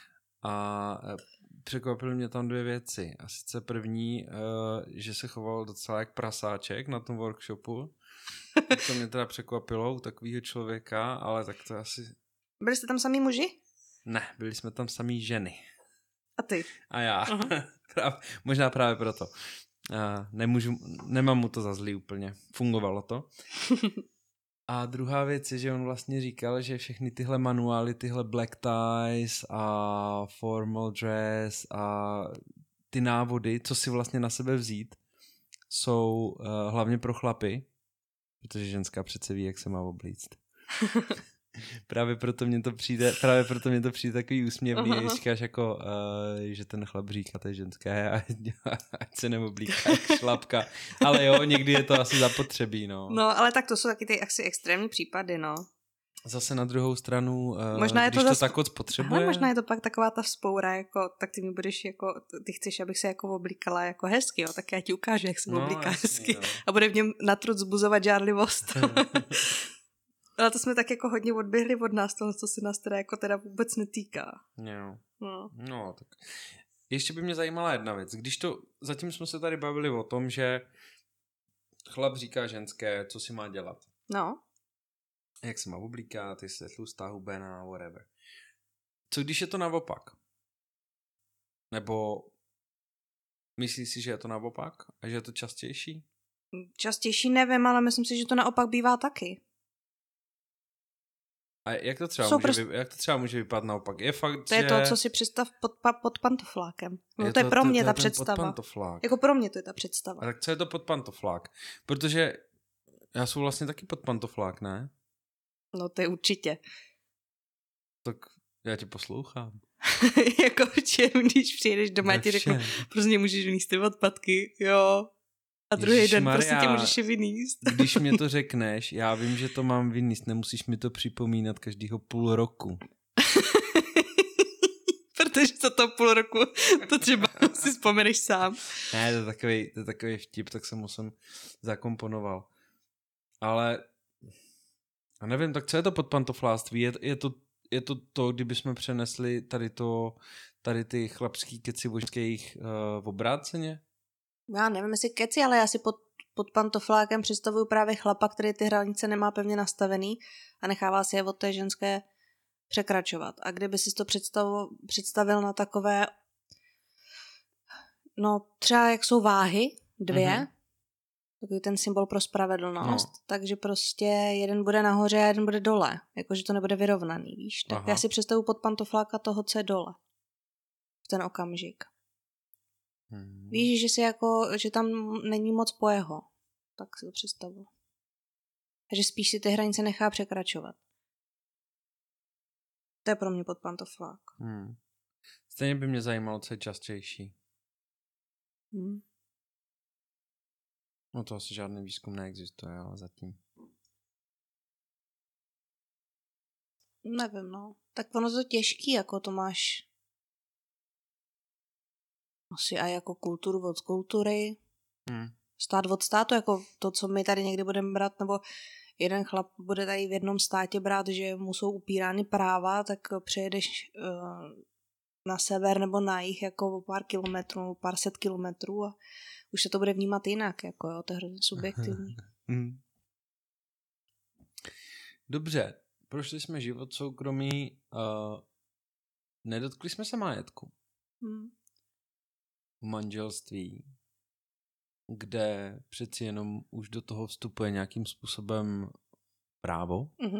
A překvapily mě tam dvě věci. A sice první, že se choval docela jak prasáček na tom workshopu. To mě teda překvapilo u takového člověka, ale tak to asi... Byli jste tam samý muži? Ne, byli jsme tam samý ženy. A ty? A já. Uh-huh. Možná právě proto. A nemůžu, nemám mu to za zlý úplně. Fungovalo to. A druhá věc je, že on vlastně říkal, že všechny tyhle manuály, tyhle black ties a formal dress a ty návody, co si vlastně na sebe vzít, jsou uh, hlavně pro chlapy, protože ženská přece ví, jak se má oblíct. Právě proto mě to přijde, právě proto mě to přijde takový úsměvný, uh-huh. když říkáš jako, uh, že ten chlap říká té ženské, ať se neoblíká jak šlapka. Ale jo, někdy je to asi zapotřebí, no. No, ale tak to jsou taky ty asi extrémní případy, no. Zase na druhou stranu, uh, možná je když to, to zas... tak moc potřebuje. Aha, možná je to pak taková ta vzpoura, jako, tak ty mi budeš jako, ty chceš, abych se jako oblíkala jako hezky, jo, tak já ti ukážu, jak se no, oblíká jasný, hezky. no. A bude v něm natrut zbuzovat žárlivost. Ale to jsme tak jako hodně odběhli od nás, toho, co se nás teda jako teda vůbec netýká. Jo. No. no, tak ještě by mě zajímala jedna věc. Když to, zatím jsme se tady bavili o tom, že chlap říká ženské, co si má dělat. No. Jak se má oblíkat, jestli je tlustá, hubená, whatever. Co když je to naopak? Nebo myslíš si, že je to naopak? A že je to častější? Častější nevím, ale myslím si, že to naopak bývá taky. A jak to třeba, může, prostě... vy, jak to třeba může vypadat naopak? Je fakt, to že... je to, co si představ pod, pod pantoflákem. No je to, to je pro to, mě to, ta to představa. Jako pro mě to je ta představa. A tak co je to pod pantoflák? Protože já jsem vlastně taky pod pantoflák, ne? No to je určitě. Tak já tě poslouchám. Jako v čem, když přijedeš doma, já ti řeknu, prostě můžeš vníst ty odpadky, jo. A druhý Ježiš den Maria, prostě tě můžeš je vyníst. Když mě to řekneš, já vím, že to mám vyníst, nemusíš mi to připomínat každýho půl roku. Protože za to půl roku to třeba si vzpomeneš sám. Ne, to je takový, to je takový vtip, tak jsem musím zakomponoval. Ale a nevím, tak co je to podpantofláctví? Je, je, to, je to to, kdyby jsme přenesli tady to, tady ty chlapský keci vožských uh, v obráceně? Já nevím, jestli keci, ale já si pod, pod pantoflákem představuju právě chlapa, který ty hranice nemá pevně nastavený a nechává si je od té ženské překračovat. A kdyby si to představil, představil na takové, no třeba jak jsou váhy, dvě, mm-hmm. takový ten symbol pro spravedlnost, no. Takže prostě jeden bude nahoře a jeden bude dole, jakože to nebude vyrovnaný, víš. Tak Aha. já si představuju pod pantofláka toho, co je dole v ten okamžik. Hmm. Víš, že si jako, že tam není moc po jeho. Tak si to představu. A že spíš si ty hranice nechá překračovat. To je pro mě pod pantoflák. Hmm. Stejně by mě zajímalo, co je častější. Hmm. No to asi žádný výzkum neexistuje, ale zatím. Nevím, no. Tak ono to těžký, jako to máš asi a jako kulturu od kultury, hmm. stát od státu, jako to, co my tady někdy budeme brát, nebo jeden chlap bude tady v jednom státě brát, že mu jsou upírány práva, tak přejedeš uh, na sever nebo na jih jako o pár kilometrů, pár set kilometrů a už se to bude vnímat jinak, jako jo, to je hrozně subjektivní. hmm. Dobře, prošli jsme život soukromí, uh, nedotkli jsme se majetku. Hmm. V manželství, kde přeci jenom už do toho vstupuje nějakým způsobem právo. Mm-hmm.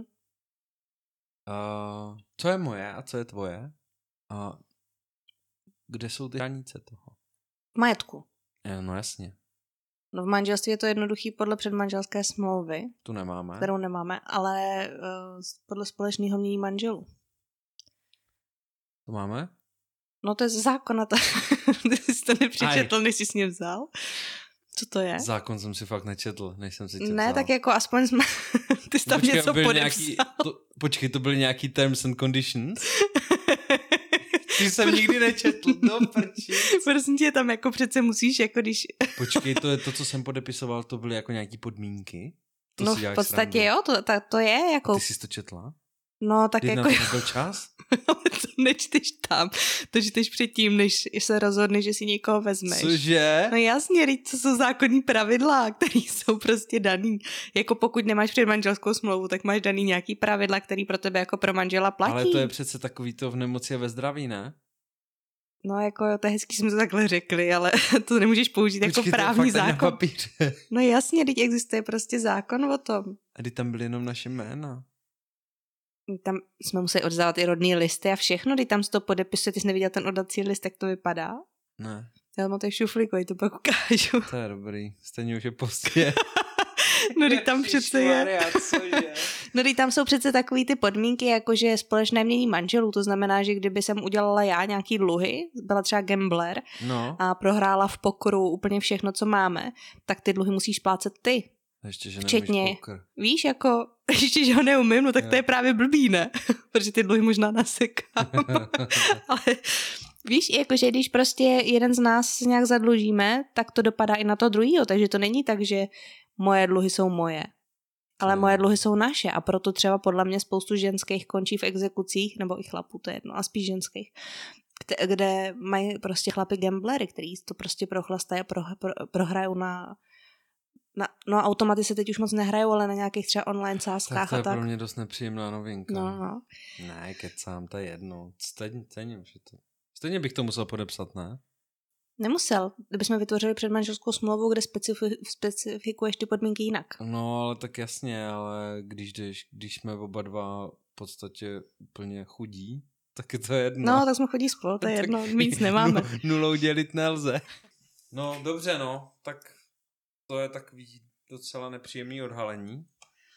Uh, co je moje a co je tvoje? A kde jsou ty hranice toho? V majetku. Je, no jasně. No v manželství je to jednoduchý podle předmanželské smlouvy, Tu nemáme. kterou nemáme, ale uh, podle společného mění manželů. To máme? No to je z zákona. To... Ty jsi to nepřečetl, než jsi s ním vzal. Co to je? Zákon jsem si fakt nečetl, než jsem si tě Ne, vzal. tak jako aspoň jsme... Ty jsi tam Počkej, něco podepsal. Nějaký, to, počkej, to byly nějaký terms and conditions? Ty jsem nikdy nečetl, no prči. Prosím tě, tam jako přece musíš, jako když... Počkej, to je to, co jsem podepisoval, to byly jako nějaký podmínky? To no v podstatě srandu. Jo, to, ta, to je jako... A ty jsi to četla? No tak Ty jako... na to nebyl čas? Ale to nečteš tam, to čteš předtím, než se rozhodneš, že si někoho vezmeš. Cože? No jasně, teď to jsou zákonní pravidla, které jsou prostě daný. Jako pokud nemáš předmanželskou smlouvu, tak máš daný nějaký pravidla, který pro tebe jako pro manžela platí. Ale to je přece takový to v nemoci a ve zdraví, ne? No jako jo, to je hezký, jsme to takhle řekli, ale to nemůžeš použít Počkej, jako právní to je fakt zákon. Na papíře. No jasně, teď existuje prostě zákon o tom. A kdy tam byly jenom naše jména. Tam jsme museli odzávat i rodný listy a všechno, když tam se to podepisuje, ty jsi neviděl ten oddací list, jak to vypadá? Ne. Já mám tady v šuflíku, to pak ukážu. To je dobrý, stejně už je pozdě. No když tam přece je. No když tam jsou přece takový ty podmínky, jako že společné mění manželů, to znamená, že kdyby jsem udělala já nějaký dluhy, byla třeba gambler no. a prohrála v pokeru úplně všechno, co máme, tak ty dluhy musíš splácet ty. Ještě, že Včetně, víš, jako, ještě, že ho neumím, no tak jo. To je právě blbý, ne? Protože ty dluhy možná nasekám. Ale víš, jakože když prostě jeden z nás nějak zadlužíme, tak to dopadá i na to druhýho, takže to není tak, že moje dluhy jsou moje, ale hmm. moje dluhy jsou naše a proto třeba podle mě spoustu ženských končí v exekucích, nebo i chlapů, to je jedno, a spíš ženských, kde, kde mají prostě chlapy gamblery, který to prostě prochlastají a pro, pro, prohrajou na... Na, no automaty se teď už moc nehrajou, ale na nějakých třeba online sázkách tak a tak. to je pro mě dost nepříjemná novinka. No, no. Ne, kecám, to je jedno. Stejně, stejně, to... stejně bych to musel podepsat, ne? Nemusel. Kdybychom vytvořili předmanželskou smlouvu, kde specifi- specifikuješ ty podmínky jinak. No, ale tak jasně, ale když, jdeš, když jsme oba dva v podstatě úplně chudí, tak je to jedno. No, tak jsme chodí spolu, to je jedno, my nic nemáme. Nulou dělit nelze. No, dobře, no, tak to je takový docela nepříjemný odhalení.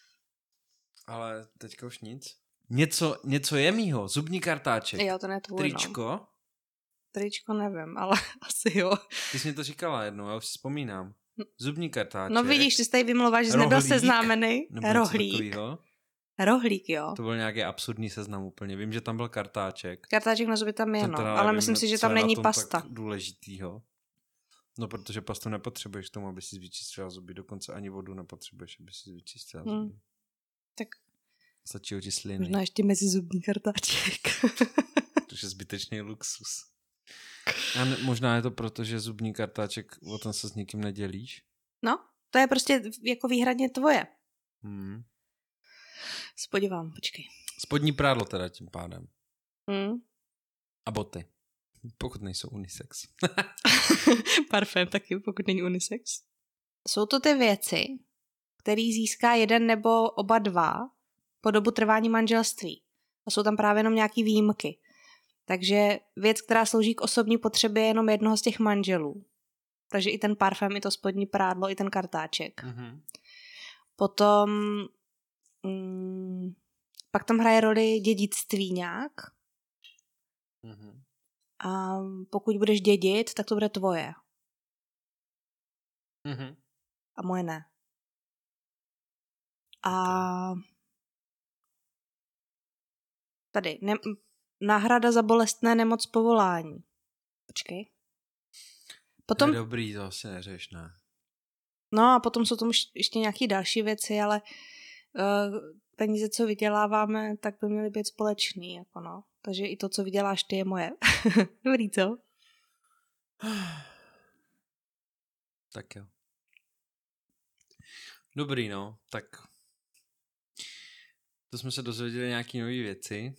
Ale teďka už nic. Něco, něco je mýho, zubní kartáček. Jo, to ne tvůj, tričko. No. Tričko nevím, ale asi jo. Ty jsi mi to říkala jednou, já už si vzpomínám. Zubní kartáček. No vidíš, ty jsi tady vymlouváš, že jsi nebyl seznámený. Rohlík. Rohlík, jo. To byl nějaký absurdní seznam úplně. Vím, že tam byl kartáček. Kartáček na zuby tam je, no. Ale myslím si, že tam není pasta. Důležitýho. No, protože pastu nepotřebuješ k tomu, aby si vyčistila zuby. Dokonce ani vodu nepotřebuješ, aby si vyčistila zuby. Hmm. Tak. Stačí hodit sliny. Možná ještě mezi zubní kartáček. To je zbytečný luxus. A ne, možná je to proto, že zubní kartáček, o tom se s nikým nedělíš? No, to je prostě jako výhradně tvoje. Hmm. Spodívám, počkej. Spodní prádlo teda tím pádem. Hmm. A boty. Pokud nejsou unisex. Parfém taky, pokud není unisex. Jsou to ty věci, který získá jeden nebo oba dva po dobu trvání manželství. A jsou tam právě jenom nějaký výjimky. Takže věc, která slouží k osobní potřebě jenom jednoho z těch manželů. Takže i ten parfém, i to spodní prádlo, i ten kartáček. Mm-hmm. Potom mm, pak tam hraje roli dědictví nějak. Mm-hmm. A pokud budeš dědit, tak to bude tvoje. Mm-hmm. A moje ne. A tady ne, náhrada za bolestné nemoc povolání. Počkej. Potom, je dobrý, to asi neřeš, ne? No a potom jsou tam ještě nějaké další věci, ale uh, peníze, co vyděláváme, tak by měly být společný, jako no. Takže i to, co vyděláš ty, je moje. Dobrý, co? Tak jo. Dobrý, no, tak to jsme se dozvěděli nějaké nové věci.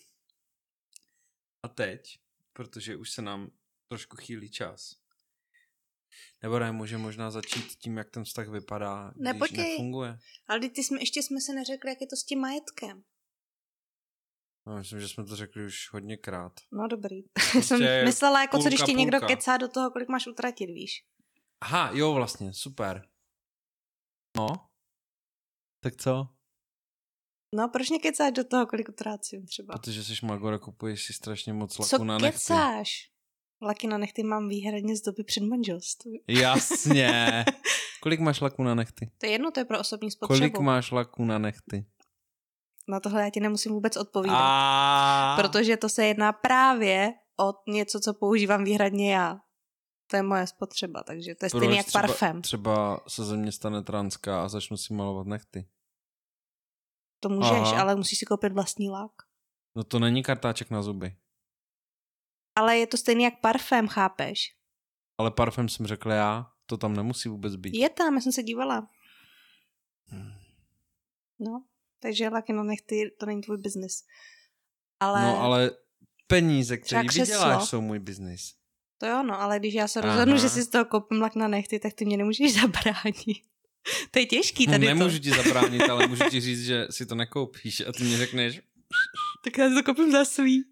A teď, protože už se nám trošku chýlí čas. Nebo ne, může možná začít tím, jak ten vztah vypadá, když Nepočkej. nefunguje. Ale ty jsme, ještě jsme se neřekli, jak je to s tím majetkem. No, myslím, že jsme to řekli už hodněkrát. No dobrý. Prostě Jsem myslela, jako co když půlka, ti někdo půlka. kecá do toho, kolik máš utratit, víš. Aha, jo, vlastně, super. No, tak co? No, proč mě kecáš do toho, kolik utrácím třeba? Protože jsi Magora, kupuješ si strašně moc laku Co na nechty. kecáš? Laky na nechty mám výhradně z doby před manželstvím. Jasně. Kolik máš laku na nechty? To je jedno, to je pro osobní spotřebu. Kolik máš laku na nechty? Na tohle já ti nemusím vůbec odpovídat. A... Protože to se jedná právě o něco, co používám výhradně já. To je moje spotřeba, takže to je stejný jak třeba, parfém. třeba se ze mě stane transká a začnu si malovat nechty. To můžeš, Aha. ale musíš si koupit vlastní lák. No to není kartáček na zuby. Ale je to stejný jak parfém, chápeš? Ale parfém jsem řekl já, to tam nemusí vůbec být. Je tam, já jsem se dívala. Hmm. No, takže laky na nechty, to není tvůj biznis. Ale... No ale peníze, Třeba které křeslo. vyděláš, jsou můj biznis. To jo, no, ale když já se rozhodnu, Aha. že si z toho koupím lak na nechty, tak ty mě nemůžeš zabránit. To je těžký tady Nemůžu to. ti zabránit, ale můžu ti říct, že si to nekoupíš a ty mi řekneš... Tak já si to koupím za svý.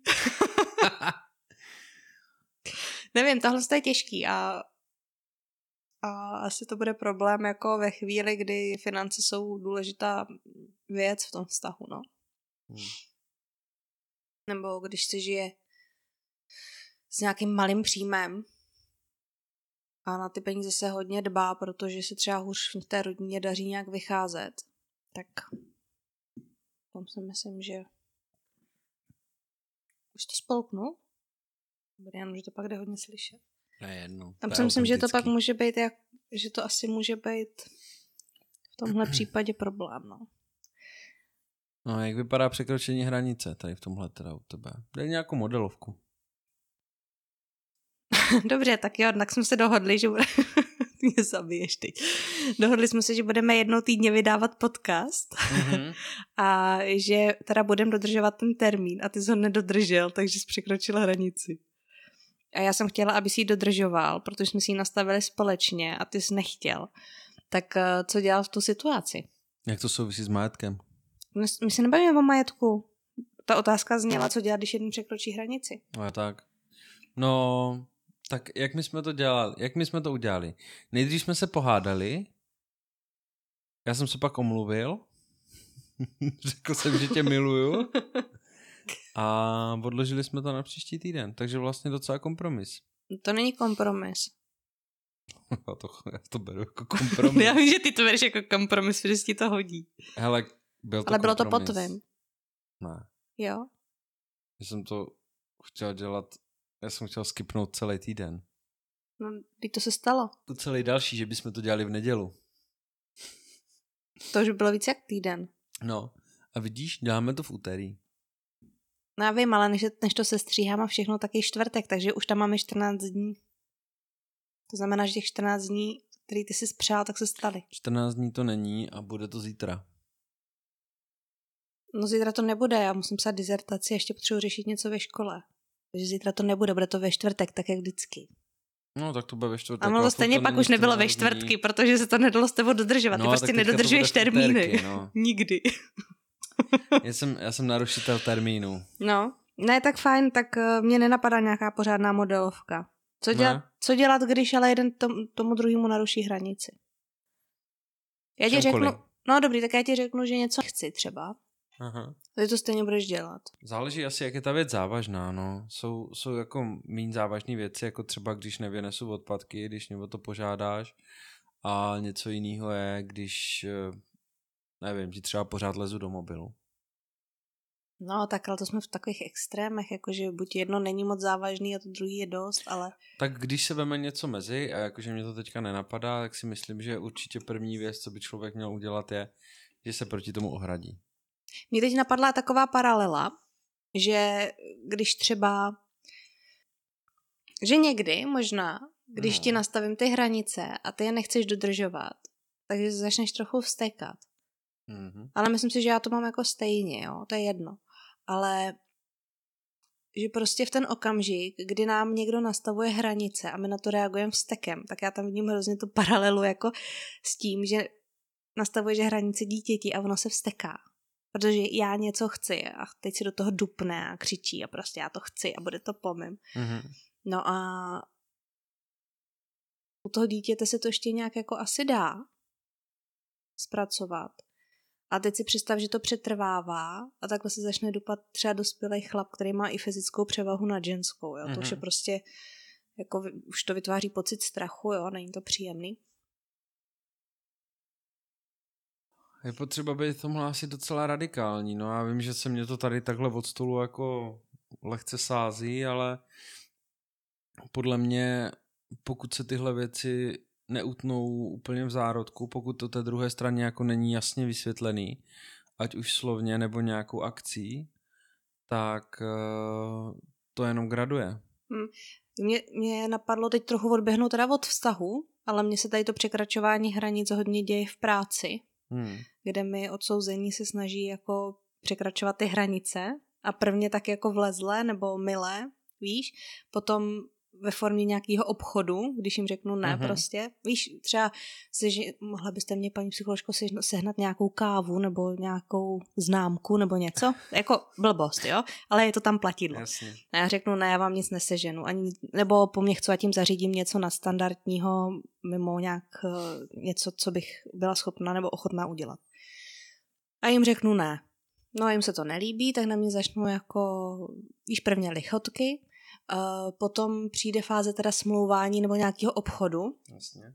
Nevím, tohle je těžký a, a asi to bude problém jako ve chvíli, kdy finance jsou důležitá věc v tom vztahu, no. Hmm. Nebo když se žije s nějakým malým příjmem a na ty peníze se hodně dbá, protože se třeba hůř v té rodině daří nějak vycházet, tak tam si myslím, že už to spolknu. Dobrý, jenom, že to pak jde hodně slyšet. Ne, jedno. Tam to si je myslím, že to pak autentický. může být, jak, že to asi může být v tomhle případě problém, no. No, jak vypadá překročení hranice tady v tomhle teda u tebe? Dej nějakou modelovku. Dobře, tak jo, tak jsme se dohodli, že bude... Ty mě zabiješ teď. Dohodli jsme se, že budeme jednou týdně vydávat podcast Mm-hmm. a že teda budeme dodržovat ten termín a ty jsi ho nedodržel, takže jsi překročil hranici. A já jsem chtěla, aby si ji dodržoval, protože jsme si ji nastavili společně a ty jsi nechtěl. Tak eh, co dělal v tu situaci? Jak to souvisí s majetkem? My, my se nebavíme o majetku. Ta otázka zněla, co dělat, když jeden překročí hranici. No tak. No, tak jak my jsme to dělali? Jak my jsme to udělali? Nejdřív jsme se pohádali, já jsem se pak omluvil, řekl jsem, že tě miluju a odložili jsme to na příští týden, takže vlastně docela kompromis. To není kompromis. Já to, já to beru jako kompromis. Já vím, že ty to bereš jako kompromis, protože ti to hodí. Hele, byl to Ale bylo to kompromis. po tvém. Ne, Jo? já jsem to chtěl dělat, já jsem chtěl skipnout celý týden. No, teď to se stalo. To celý další, že bychom to dělali v nedělu. To už bylo víc jak týden. No, a vidíš, děláme to v úterý. No já vím, ale než, než to se stříhám a všechno, tak je čtvrtek, takže už tam máme čtrnáct dní. To znamená, že těch čtrnáct dní, který ty jsi spřál, tak se staly. čtrnáct dní to není a bude to zítra. No zítra to nebude, já musím psát dizertaci a ještě potřebuji řešit něco ve škole. Takže zítra to nebude, bude to ve čtvrtek, tak jak vždycky. No, tak to bude ve čtvrtek. A ono ale stejně furt to pak není už nebylo ve čtrnáct dní. čtvrtky, protože se to nedalo s tebou dodržovat. No, Ty tak prostě teďka to nedodržuješ bude v termíny. úterky, no. Nikdy. Já jsem, já jsem narušitel termínu. No, ne, tak fajn, tak uh, mě nenapadá nějaká pořádná modelovka. Co dělat, Ne. co dělat když ale jeden tom, tomu druhému naruší hranici? Já ti Čemkoliv. řeknu, no dobrý, tak já ti řeknu, že něco chci třeba. Aha. Ty to stejně budeš dělat. Záleží asi, jak je ta věc závažná, no. Jsou, jsou jako méně závažné věci, jako třeba když nevynesu odpadky, když mě o to požádáš. A něco jiného je, když, eh, nevím, ti třeba pořád lezu do mobilu. No, tak ale to jsme v takových extrémech, jakože buď jedno není moc závažný a to druhý je dost, ale Tak když se veme něco mezi, a jakože mě to teďka nenapadá, tak si myslím, že určitě první věc, co by člověk měl udělat, je, že se proti tomu ohradí. mě teď napadla taková paralela, že když třeba, že někdy možná, když No. ti nastavím ty hranice a ty je nechceš dodržovat, takže začneš trochu vztekat. Mm-hmm. Ale myslím si, že já to mám jako stejně, jo, to je jedno. Ale že prostě v ten okamžik, kdy nám někdo nastavuje hranice a my na to reagujeme vztekem, tak já tam vidím hrozně tu paralelu jako s tím, že nastavuješ hranice dítěti a ono se vzteká. Protože já něco chci a teď si do toho dupne a křičí a prostě já to chci a bude to po mým. Mm-hmm. No a u toho dítěte se to ještě nějak jako asi dá zpracovat. A teď si představ, že to přetrvává a takhle se začne dupat třeba dospělý chlap, který má i fyzickou převahu nad ženskou. Jo? Mm-hmm. To už je prostě, jako už to vytváří pocit strachu, jo? Není to příjemný. Je potřeba být v tomhle asi docela radikální. No já vím, že se mě to tady takhle od stolu jako lehce sází, ale podle mě, pokud se tyhle věci neutnou úplně v zárodku, pokud to té druhé straně jako není jasně vysvětlený, ať už slovně nebo nějakou akcí, tak uh, to jenom graduje. Hmm. Mě, mě napadlo teď trochu odběhnout teda od vztahu, ale mně se tady to překračování hranic hodně děje v práci, Hmm. kde my odsouzení se snaží jako překračovat ty hranice a prvně tak jako vlezlé nebo milé, víš, potom ve formě nějakého obchodu, když jim řeknu ne, uh-huh. prostě. Víš, třeba seži, mohla byste mě, paní psycholožko, sehnat nějakou kávu nebo nějakou známku nebo něco? Jako blbost, jo? Ale je to tam platidlo. Jasně. A já řeknu ne, já vám nic neseženu. Ani, nebo po mně chci a tím zařídím něco nadstandardního, mimo nějak něco, co bych byla schopna nebo ochotná udělat. A jim řeknu ne. No a jim se to nelíbí, tak na mě začnou jako, víš, prvně lichotky. Uh, potom přijde fáze teda smlouvání nebo nějakého obchodu. Jasně.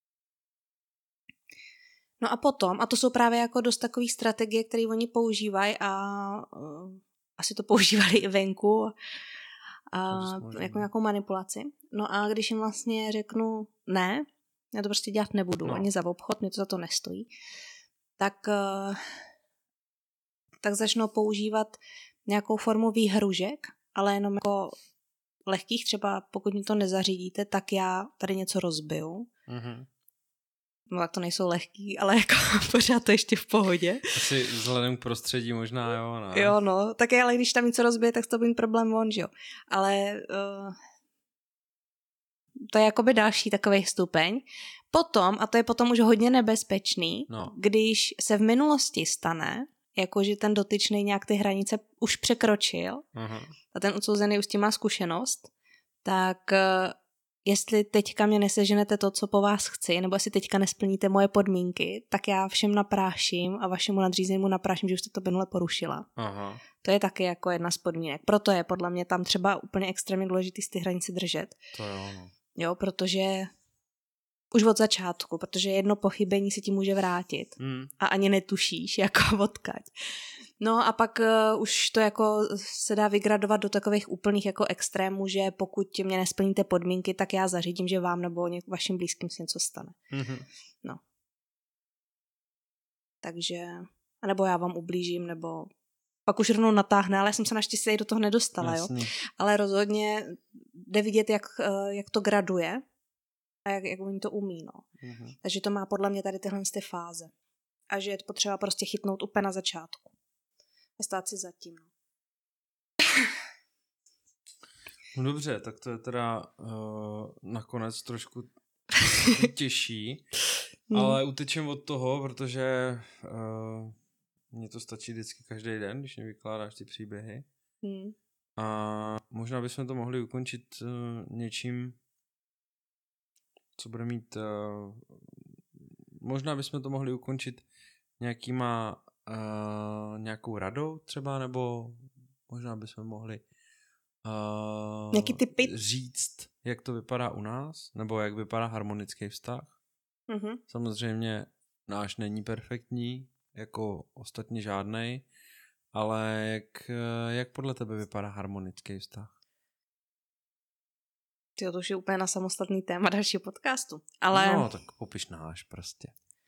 No a potom, a to jsou právě jako dost takových strategie, které oni používají a uh, asi to používali i venku a jako nějakou manipulaci. No a když jim vlastně řeknu ne, já to prostě dělat nebudu, no. Ani za obchod, mě to za to nestojí, tak, uh, tak začnou používat nějakou formu výhružek, ale jenom jako lehkých, třeba pokud mi to nezařídíte, tak já tady něco rozbiju. Mm-hmm. No tak to nejsou lehký, ale jako pořád to ještě v pohodě. Asi vzhledem k prostředí možná, jo. No. Jo, no, tak je, ale když tam něco rozbije, tak to byl problém on, že jo. Ale uh, to je jakoby další takový stupeň. Potom, a to je potom už hodně nebezpečný, no. Když se v minulosti stane, jakože ten dotyčný nějak ty hranice už překročil uh-huh. a ten odsouzený už s tím má zkušenost, tak uh, jestli teďka mě neseženete to, co po vás chci, nebo jestli teďka nesplníte moje podmínky, tak já všem napráším a vašemu nadřízenému napráším, že už jste to minule porušila. Uh-huh. To je taky jako jedna z podmínek. Proto je podle mě tam třeba úplně extrémně důležitý ty hranice držet. To jo, no. Jo, protože už od začátku, protože jedno pochybení se ti může vrátit mm. a ani netušíš, jako odkaď. No a pak uh, už to jako se dá vygradovat do takových úplných jako extrémů, že pokud mě nesplníte podmínky, tak já zařídím, že vám nebo něk- vašim blízkým se něco stane. Mm-hmm. No. Takže, nebo já vám ublížím, nebo pak už rovnou natáhne, ale já jsem se naštěstí do toho nedostala, jo. Ale rozhodně jde vidět, jak, jak to graduje a jak, jak oni to umí, no. Mm-hmm. Takže to má podle mě tady tyhle ty fáze. A že je potřeba prostě chytnout úplně na začátku. A stát si zatím, no. No dobře, tak to je teda uh, nakonec trošku těžší, mm. ale utečem od toho, protože uh, mně to stačí vždycky každý den, když mi vykládáš ty příběhy. Mm. A možná bychom to mohli ukončit uh, něčím, co bude mít... Uh, možná bychom to mohli ukončit nějakýma uh, nějakou radou třeba, nebo možná bychom mohli uh, nějaký typy říct, jak to vypadá u nás, nebo jak vypadá harmonický vztah. Mm-hmm. Samozřejmě náš není perfektní, jako ostatně žádnej, ale jak, jak podle tebe vypadá harmonický vztah? Tyjo, to už je úplně na samostatný téma dalšího podcastu. Ale... No, tak popiš náš prostě.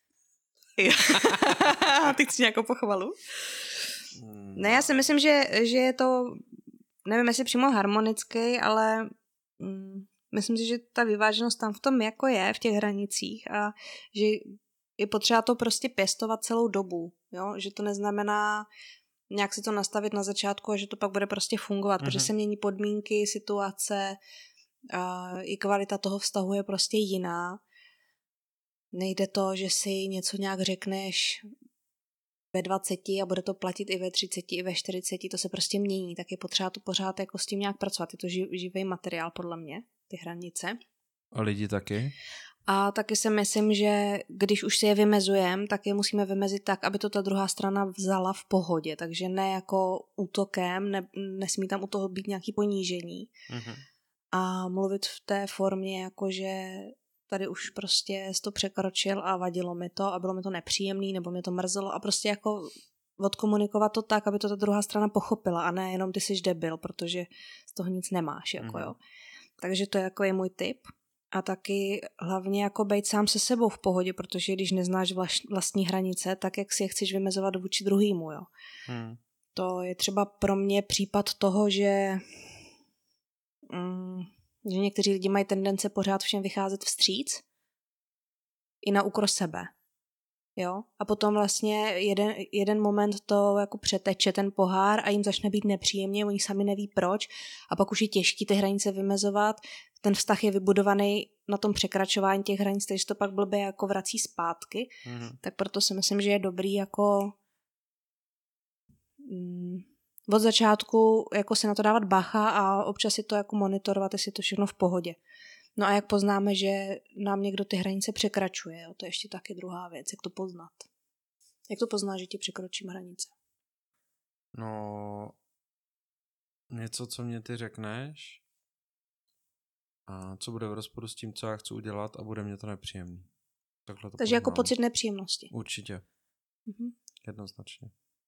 Ty chceš nějakou pochvalu? No. Ne, já si myslím, že, že je to, nevím, jestli přímo harmonický, ale mm, myslím si, že ta vyváženost tam v tom jako je, v těch hranicích a že je potřeba to prostě pěstovat celou dobu, jo? Že to neznamená nějak si to nastavit na začátku a že to pak bude prostě fungovat, mm-hmm. protože se mění podmínky, situace, a i kvalita toho vztahu je prostě jiná. Nejde to, že si něco nějak řekneš ve dvaceti a bude to platit i ve třiceti, i ve čtyřiceti, to se prostě mění, tak je potřeba to pořád jako s tím nějak pracovat. Je to živý materiál podle mě, ty hranice. A lidi taky? A taky si myslím, že když už si je vymezujeme, tak je musíme vymezit tak, aby to ta druhá strana vzala v pohodě. Takže ne jako útokem, ne, nesmí tam u toho být nějaký ponížení. Mm-hmm. A mluvit v té formě, jako že tady už prostě jsi to překročil a vadilo mi to a bylo mi to nepříjemný nebo mě to mrzelo a prostě jako odkomunikovat to tak, aby to ta druhá strana pochopila a ne jenom ty jsi debil, protože z toho nic nemáš. Jako, mm-hmm. jo. Takže to jako je můj tip. A taky hlavně jako bejt sám se sebou v pohodě, protože když neznáš vlastní hranice, tak jak si je chceš vymezovat vůči druhýmu, jo. Hmm. To je třeba pro mě případ toho, že, mm, že někteří lidi mají tendence pořád všem vycházet vstříc i na úkor sebe. Jo? A potom vlastně jeden, jeden moment to jako přeteče ten pohár a jim začne být nepříjemně, oni sami neví proč a pak už je těžký ty hranice vymezovat. Ten vztah je vybudovaný na tom překračování těch hranic, takže to pak blbě jako vrací zpátky. Mm-hmm. Tak proto si myslím, že je dobrý jako mm, od začátku jako se na to dávat bacha a občas si to jako monitorovat, jestli je to všechno v pohodě. No a jak poznáme, že nám někdo ty hranice překračuje, jo? To je ještě taky druhá věc, jak to poznat. Jak to pozná, že ti překročím hranice? No, něco, co mě ty řekneš a co bude v rozporu s tím, co já chci udělat a bude mě to nepříjemný. Takhle to Takže poznám. Jako pocit nepříjemnosti. Určitě. Mhm. Jednoznačně.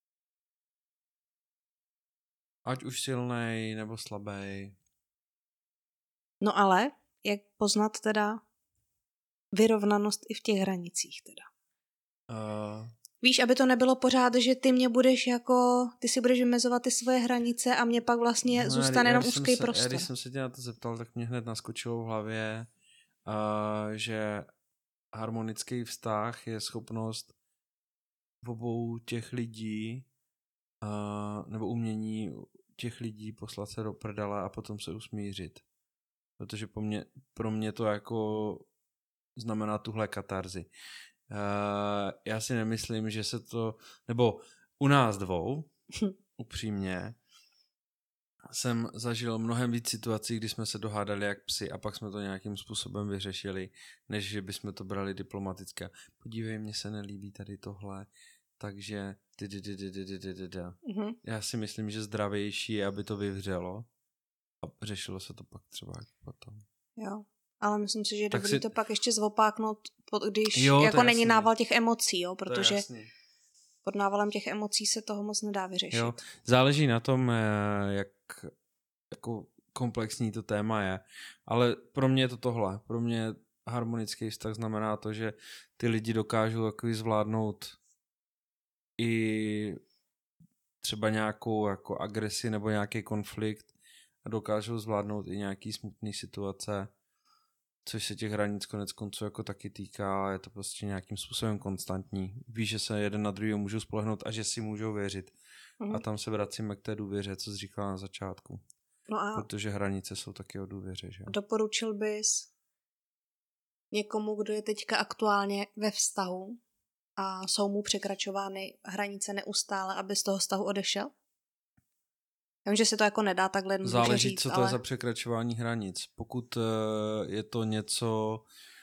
Ať už silnej nebo slabý. No ale jak poznat teda vyrovnanost i v těch hranicích teda? Uh... Víš, aby to nebylo pořád, že ty mě budeš jako, ty si budeš vymezovat ty svoje hranice a mě pak vlastně no, zůstane jenom úzký prostor. Já když jsem se tě na to zeptal, tak mě hned naskočilo v hlavě, uh, že harmonický vztah je schopnost v obou těch lidí uh, nebo umění těch lidí poslat se do prdele a potom se usmířit. Protože po mě, pro mě to jako znamená tuhle katarzi. Uh, já si nemyslím, že se to, nebo u nás dvou, upřímně, jsem zažil mnohem víc situací, kdy jsme se dohádali jak psi a pak jsme to nějakým způsobem vyřešili, než že bychom to brali diplomaticky. Podívej, mně se nelíbí tady tohle, takže já si myslím, že zdravější je, aby to vyvřelo a řešilo se to pak třeba potom. Jo, ale myslím si, že je tak dobrý si... to pak ještě zvopáknout, když jo, jako není jasný. Nával těch emocí, jo, protože pod návalem těch emocí se toho moc nedá vyřešit. Jo. Záleží na tom, jak jako komplexní to téma je, ale pro mě je to tohle. Pro mě harmonický vztah znamená to, že ty lidi dokážou jako zvládnout i třeba nějakou jako agresi nebo nějaký konflikt a dokážou zvládnout i nějaký smutný situace, což se těch hranic konec konců jako taky týká, je to prostě nějakým způsobem konstantní. Víš, že se jeden na druhého můžou spolehnout a že si můžou věřit. Mm. A tam se vracíme k té důvěře, co jsi říkala na začátku. No a protože hranice jsou taky o důvěře, že? Doporučil bys někomu, kdo je teďka aktuálně ve vztahu a jsou mu překračovány hranice neustále, aby z toho vztahu odešel? Já vím, že se to jako nedá takhle jednoduše Záleží, říct, co to ale... je za překračování hranic. Pokud uh, je to něco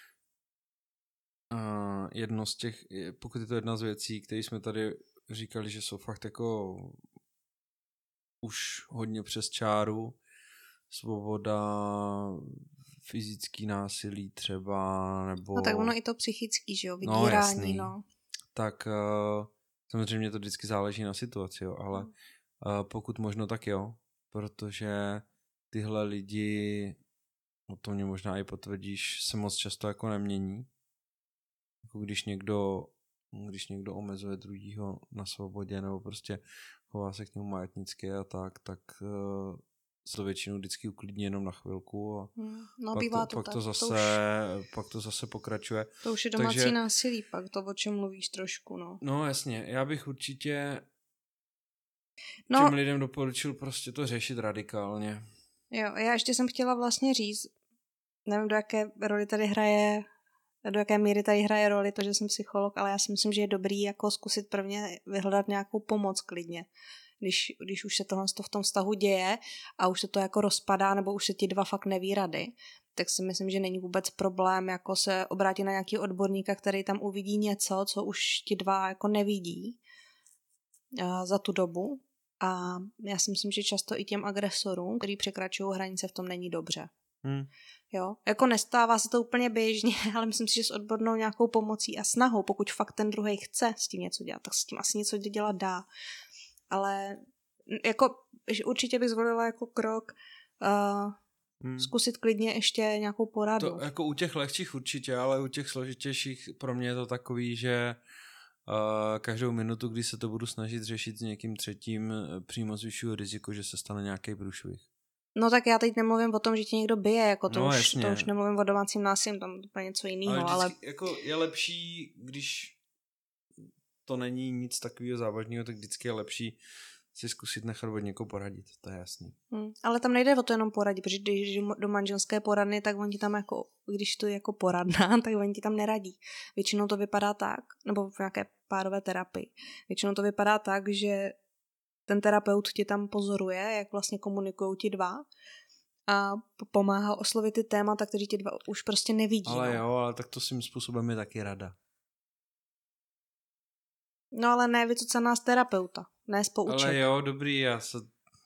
uh, jedno z těch, pokud je to jedna z věcí, které jsme tady říkali, že jsou fakt jako už hodně přes čáru, svoboda, fyzický násilí třeba, nebo... No tak ono i to psychický, že jo, vydírání, no. no. Tak uh, samozřejmě to vždycky záleží na situaci, jo, ale hmm. uh, pokud možno, tak jo, protože tyhle lidi, o to mě možná i potvrdíš, se moc často jako nemění. Jako když někdo, když někdo omezuje druhýho na svobodě, nebo prostě chová se k němu majetnicky a tak, tak uh, se to většinou vždycky uklidní jenom na chvilku a Hmm, no pak, bývá to, to pak, tak. to zase, To už, pak to zase pokračuje. to už je domácí Takže- násilí pak, to o čem mluvíš trošku, no. No jasně, já bych určitě No, těm lidem doporučil prostě to řešit radikálně. jo, já ještě jsem chtěla vlastně říct, nevím, do jaké roli tady hraje, do jaké míry tady hraje roli to, že jsem psycholog, ale já si myslím, že je dobrý jako zkusit prvně vyhledat nějakou pomoc klidně. Když, když už se tohle v tom vztahu děje a už se to jako rozpadá, nebo už se ti dva fakt neví rady, tak si myslím, že není vůbec problém jako se obrátit na nějaký odborníka, který tam uvidí něco, co už ti dva jako nevidí uh, za tu dobu. A já si myslím, že často i těm agresorům, který překračují hranice, v tom není dobře. Hmm. Jo, jako nestává se to úplně běžně, ale myslím si, že s odbornou nějakou pomocí a snahou, pokud fakt ten druhý chce s tím něco dělat, tak s tím asi něco dělat dá. Ale jako určitě bych zvolila jako krok uh, Hmm. zkusit klidně ještě nějakou poradu. To jako u těch lehčích určitě, ale u těch složitějších pro mě je to takový, že uh, každou minutu, kdy se to budu snažit řešit s někým třetím, přímo zvyšuju riziko, že se stane nějaký průšvih. No tak já teď nemluvím o tom, že ti někdo bije, jako to, No, už, jasně. to už nemluvím o domácím násilím, tam to je něco jiného, ale, vždycky, jako je lepší, když to není nic takového závažného, tak vždycky je lepší si zkusit nechat od někoho poradit, to je jasný. Hmm, ale tam nejde o to jenom poradit, protože když do manželské poradny, tak oni ti tam jako, když to je jako poradna, tak oni ti tam neradí. Většinou to vypadá tak, nebo v nějaké párové terapii, většinou to vypadá tak, že ten terapeut ti tam pozoruje, jak vlastně komunikují ti dva a pomáhá oslovit ty témata, kteří ti dva už prostě nevidí. Ale no. jo, ale tak to svým způsobem je taky rada. No ale ne vycucaná z terapeuta, ne z pouček. Ale jo, dobrý, já se...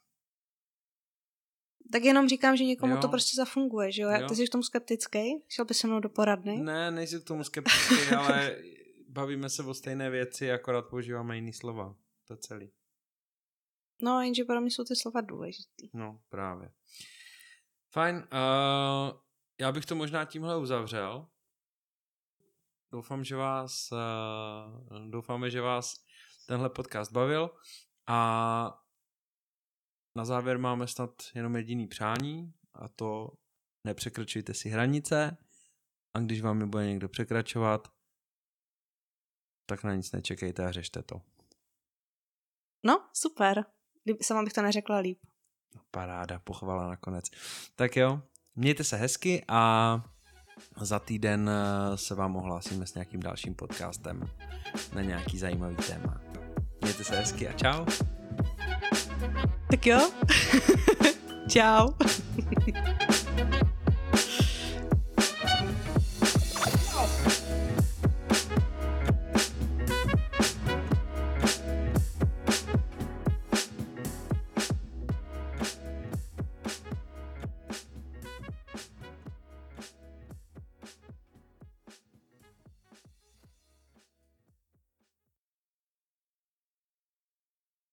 Tak jenom říkám, že někomu Jo. to prostě zafunguje, že jo? Jo. Ty jsi v tom skeptický? Šel by se mnou do poradny? Ne, nejsem k tomu skeptický, ale bavíme se o stejné věci, akorát používáme jiný slova. To je celý. No, jenže pro mě jsou ty slova důležitý. No, právě. Fajn. Uh, já bych to možná tímhle uzavřel. Doufám, že vás uh, doufáme, že vás tenhle podcast bavil a na závěr máme snad jenom jediný přání a to nepřekračujte si hranice a když vám je bude někdo překračovat, tak na nic nečekejte a řešte to. No, super. Sama bych to neřekla líp. Paráda, pochvala nakonec. Tak jo, mějte se hezky a za týden se vám ohlásíme s nějakým dalším podcastem na nějaký zajímavý téma. Mějte se hezky a čau. Tak jo. Čau.